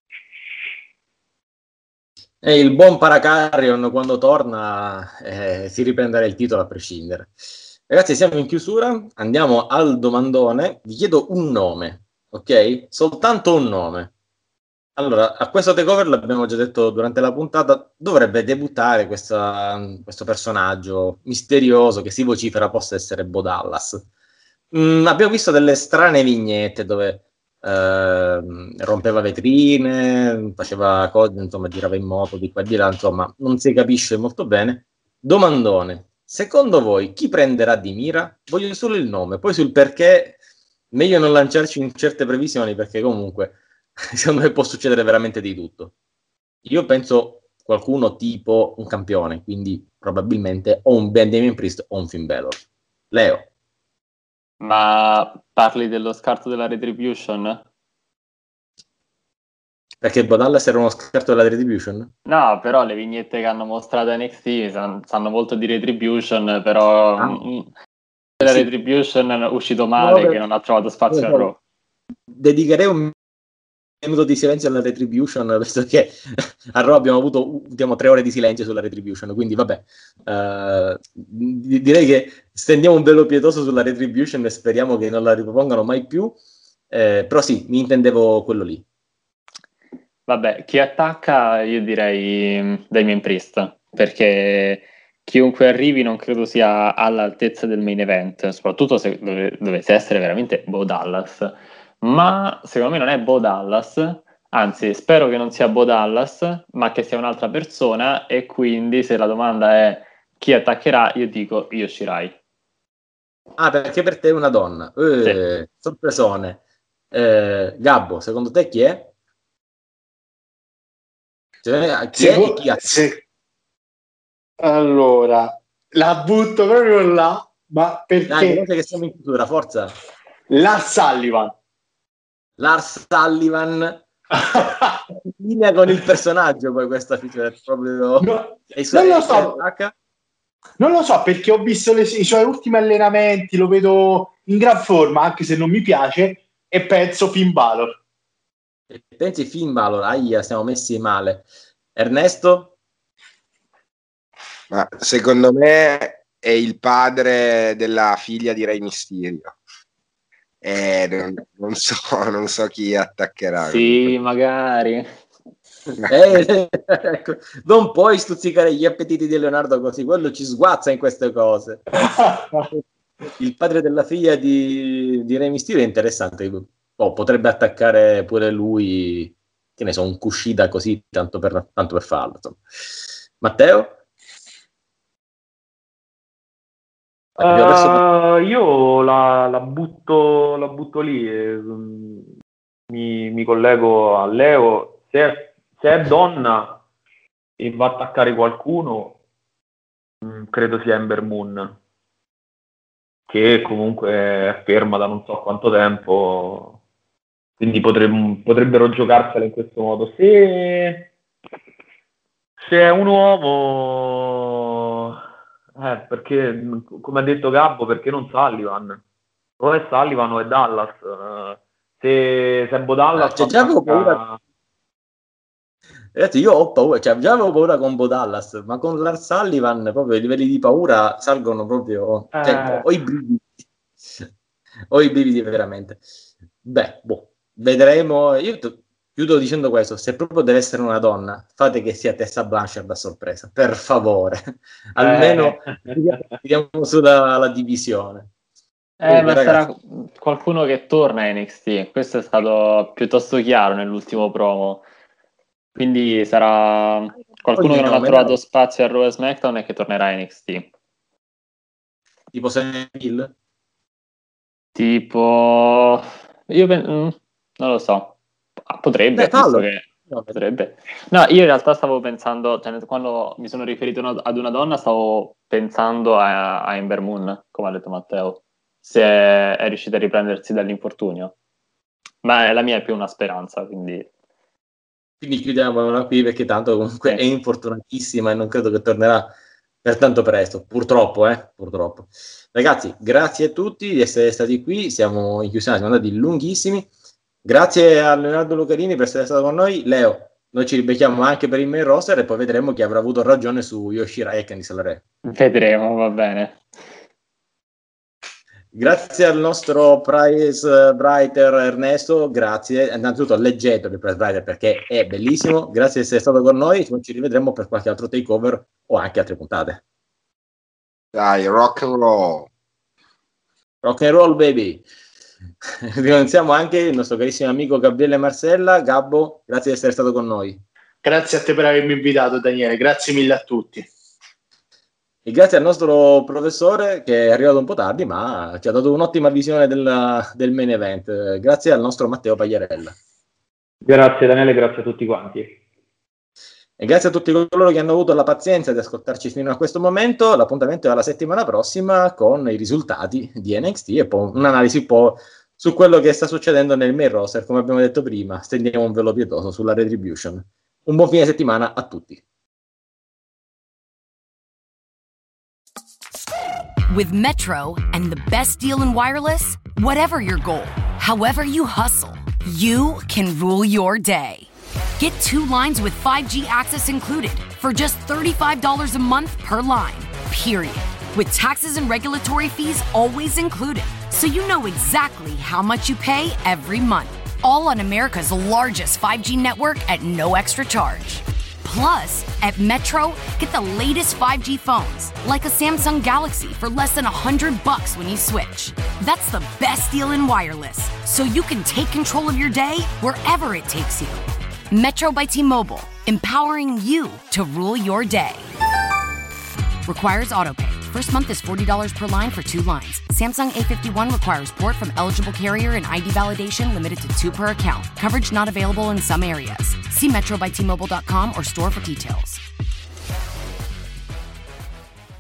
E il buon Paracarrion quando torna eh, si riprenderà il titolo a prescindere. Ragazzi, siamo in chiusura, andiamo al domandone. Vi chiedo un nome, ok? Soltanto un nome. Allora, a questo takeover, l'abbiamo già detto durante la puntata, dovrebbe debuttare questa, questo personaggio misterioso che si vocifera possa essere Bo Dallas. Mm, abbiamo visto delle strane vignette dove eh, rompeva vetrine, faceva cose, insomma, girava in moto di qua e di là, insomma, non si capisce molto bene. Domandone, secondo voi chi prenderà di mira? Voglio solo il nome, poi sul perché meglio non lanciarci in certe previsioni, perché comunque secondo me può succedere veramente di tutto. Io penso qualcuno tipo un campione, quindi probabilmente o un Ben Damien Priest o un Finn Balor. Leo.
Ma parli dello scarto della Retribution?
Perché Bo Dallas era uno scarto della Retribution?
No, però le vignette che hanno mostrato N X T san- sanno molto di Retribution, però
Ah,
mm, la
sì.
Retribution è uscito male,
No,
che non ha trovato spazio a Raw.
dedicherei un minuto di silenzio alla Retribution, visto che a Raw abbiamo avuto diciamo, tre ore di silenzio sulla Retribution, quindi vabbè, uh, direi che stendiamo un velo pietoso sulla Retribution e speriamo che non la ripropongano mai più, eh, però sì, mi intendevo quello lì.
Vabbè, chi attacca io direi Damien Priest, perché chiunque arrivi non credo sia all'altezza del main event, soprattutto se dove, dovesse essere veramente Bo Dallas. Ma secondo me non è Bo Dallas, anzi spero che non sia Bo Dallas, ma che sia un'altra persona, e quindi se la domanda è chi attaccherà, io dico Io Shirai.
Ah, perché per te è una donna? Eh,
Sì.
Sorpresone. Eh, Gabbo, secondo te chi è? Cioè, chi è e chi ha...
Se... Allora, la butto proprio là, ma perché...
Dai, veloce che siamo in chiusura, forza.
Lars Sullivan.
Lars Sullivan in linea con il personaggio, poi questa feature è proprio...
No,
e
non lo so. Non lo so, perché ho visto le, i suoi ultimi allenamenti, lo vedo in gran forma, anche se non mi piace, e penso Finn Balor.
E pensi Finn Balor? Aia, siamo messi male. Ernesto?
Ma secondo me è il padre della figlia di Rey Mysterio. Eh, non, non so, non so chi attaccherà.
Sì, magari.
Eh, ecco, non puoi stuzzicare gli appetiti di Leonardo così, quello ci sguazza in queste cose. Il padre della figlia di, di Rey Mysterio è interessante. Oh, potrebbe attaccare pure lui, che ne so, un Kushida così, tanto per, tanto per farlo. Insomma. Matteo?
Uh, io la, la, butto, la butto lì, e, um, mi, mi collego a Leo. Se è, se è donna, e va a attaccare qualcuno, mh, credo sia Ember Moon, che comunque è ferma da non so quanto tempo, quindi potreb- potrebbero giocarsela in questo modo. Se, se è un uomo, eh, perché, come ha detto Gabbo, perché non Sullivan? O è Sullivan o è Dallas. Uh, se, se è Bo Dallas,
Ah, cioè, già avevo paura. Ragazzi, io ho paura, cioè già avevo paura con Bo Dallas, ma con Lars Sullivan proprio i livelli di paura salgono proprio,
Eh.
cioè, ho i brividi, ho i brividi veramente. Beh, boh, vedremo. Io t- chiudo dicendo questo: se proprio deve essere una donna, fate che sia Tessa Blanchard a sorpresa, per favore. Almeno tiriamo su la, la divisione.
Eh,
Comunque,
ma sarà
ragazzi,
qualcuno che torna a N X T, questo è stato piuttosto chiaro nell'ultimo promo, quindi sarà qualcuno che non ha trovato spazio a Raw e SmackDown e che tornerà a N X T.
tipo Sam Hill?
Tipo, io pen- mm, non lo so. Ah, potrebbe,
Beh, fallo.
visto che potrebbe. No, io in realtà stavo pensando, cioè, quando mi sono riferito una- ad una donna, stavo pensando a, a Ember Moon, come ha detto Matteo, se è, è riuscita a riprendersi dall'infortunio. Ma la mia è più una speranza, quindi
Quindi chiudiamola qui perché tanto comunque
Sì.
è infortunatissima e non credo che tornerà per tanto presto, purtroppo, eh, purtroppo. Ragazzi, grazie a tutti di essere stati qui, siamo in chiusura, siamo andati lunghissimi. Grazie a Leonardo Lucarini per essere stato con noi. Leo, noi ci ribecchiamo anche per il main roster e poi vedremo chi avrà avuto ragione su Yoshirai e Candice LeRae.
vedremo, va bene.
Grazie al nostro prize writer Ernesto, grazie. Innanzitutto leggetelo il prize writer perché è bellissimo. Grazie di essere stato con noi. Ci rivedremo per qualche altro takeover o anche altre puntate.
Dai, rock and roll.
Rock and roll, baby. Ringraziamo anche il nostro carissimo amico Gabriele Marcella. Gabbo, grazie di essere stato con noi.
Grazie a te per avermi invitato, Daniele. Grazie mille a tutti.
E grazie al nostro professore che è arrivato un po' tardi, ma ci ha dato un'ottima visione del, del main event. Grazie al nostro Matteo Pagliarella.
Grazie Daniele, grazie a tutti quanti.
E grazie a tutti coloro che hanno avuto la pazienza di ascoltarci fino a questo momento. L'appuntamento è alla settimana prossima con i risultati di N X T e poi un'analisi un po' su quello che sta succedendo nel main roster. Come abbiamo detto prima, stendiamo un velo pietoso sulla Retribution. Un buon fine settimana a tutti.
With Metro and the best deal in wireless, whatever your goal, however you hustle, you can rule your day. Get two lines with five G access included for just thirty-five dollars a month per line, period. With taxes and regulatory fees always included, so you know exactly how much you pay every month. All on America's largest five G network at no extra charge. Plus, at Metro, get the latest five G phones, like a Samsung Galaxy for less than one hundred bucks when you switch. That's the best deal in wireless, so you can take control of your day wherever it takes you. Metro by T-Mobile, empowering you to rule your day. Requires autopay. First month is forty dollars per line for two lines. Samsung A fifty-one requires port from eligible carrier and I D validation limited to two per account. Coverage not available in some areas. See metro by T Mobile dot com or store for details.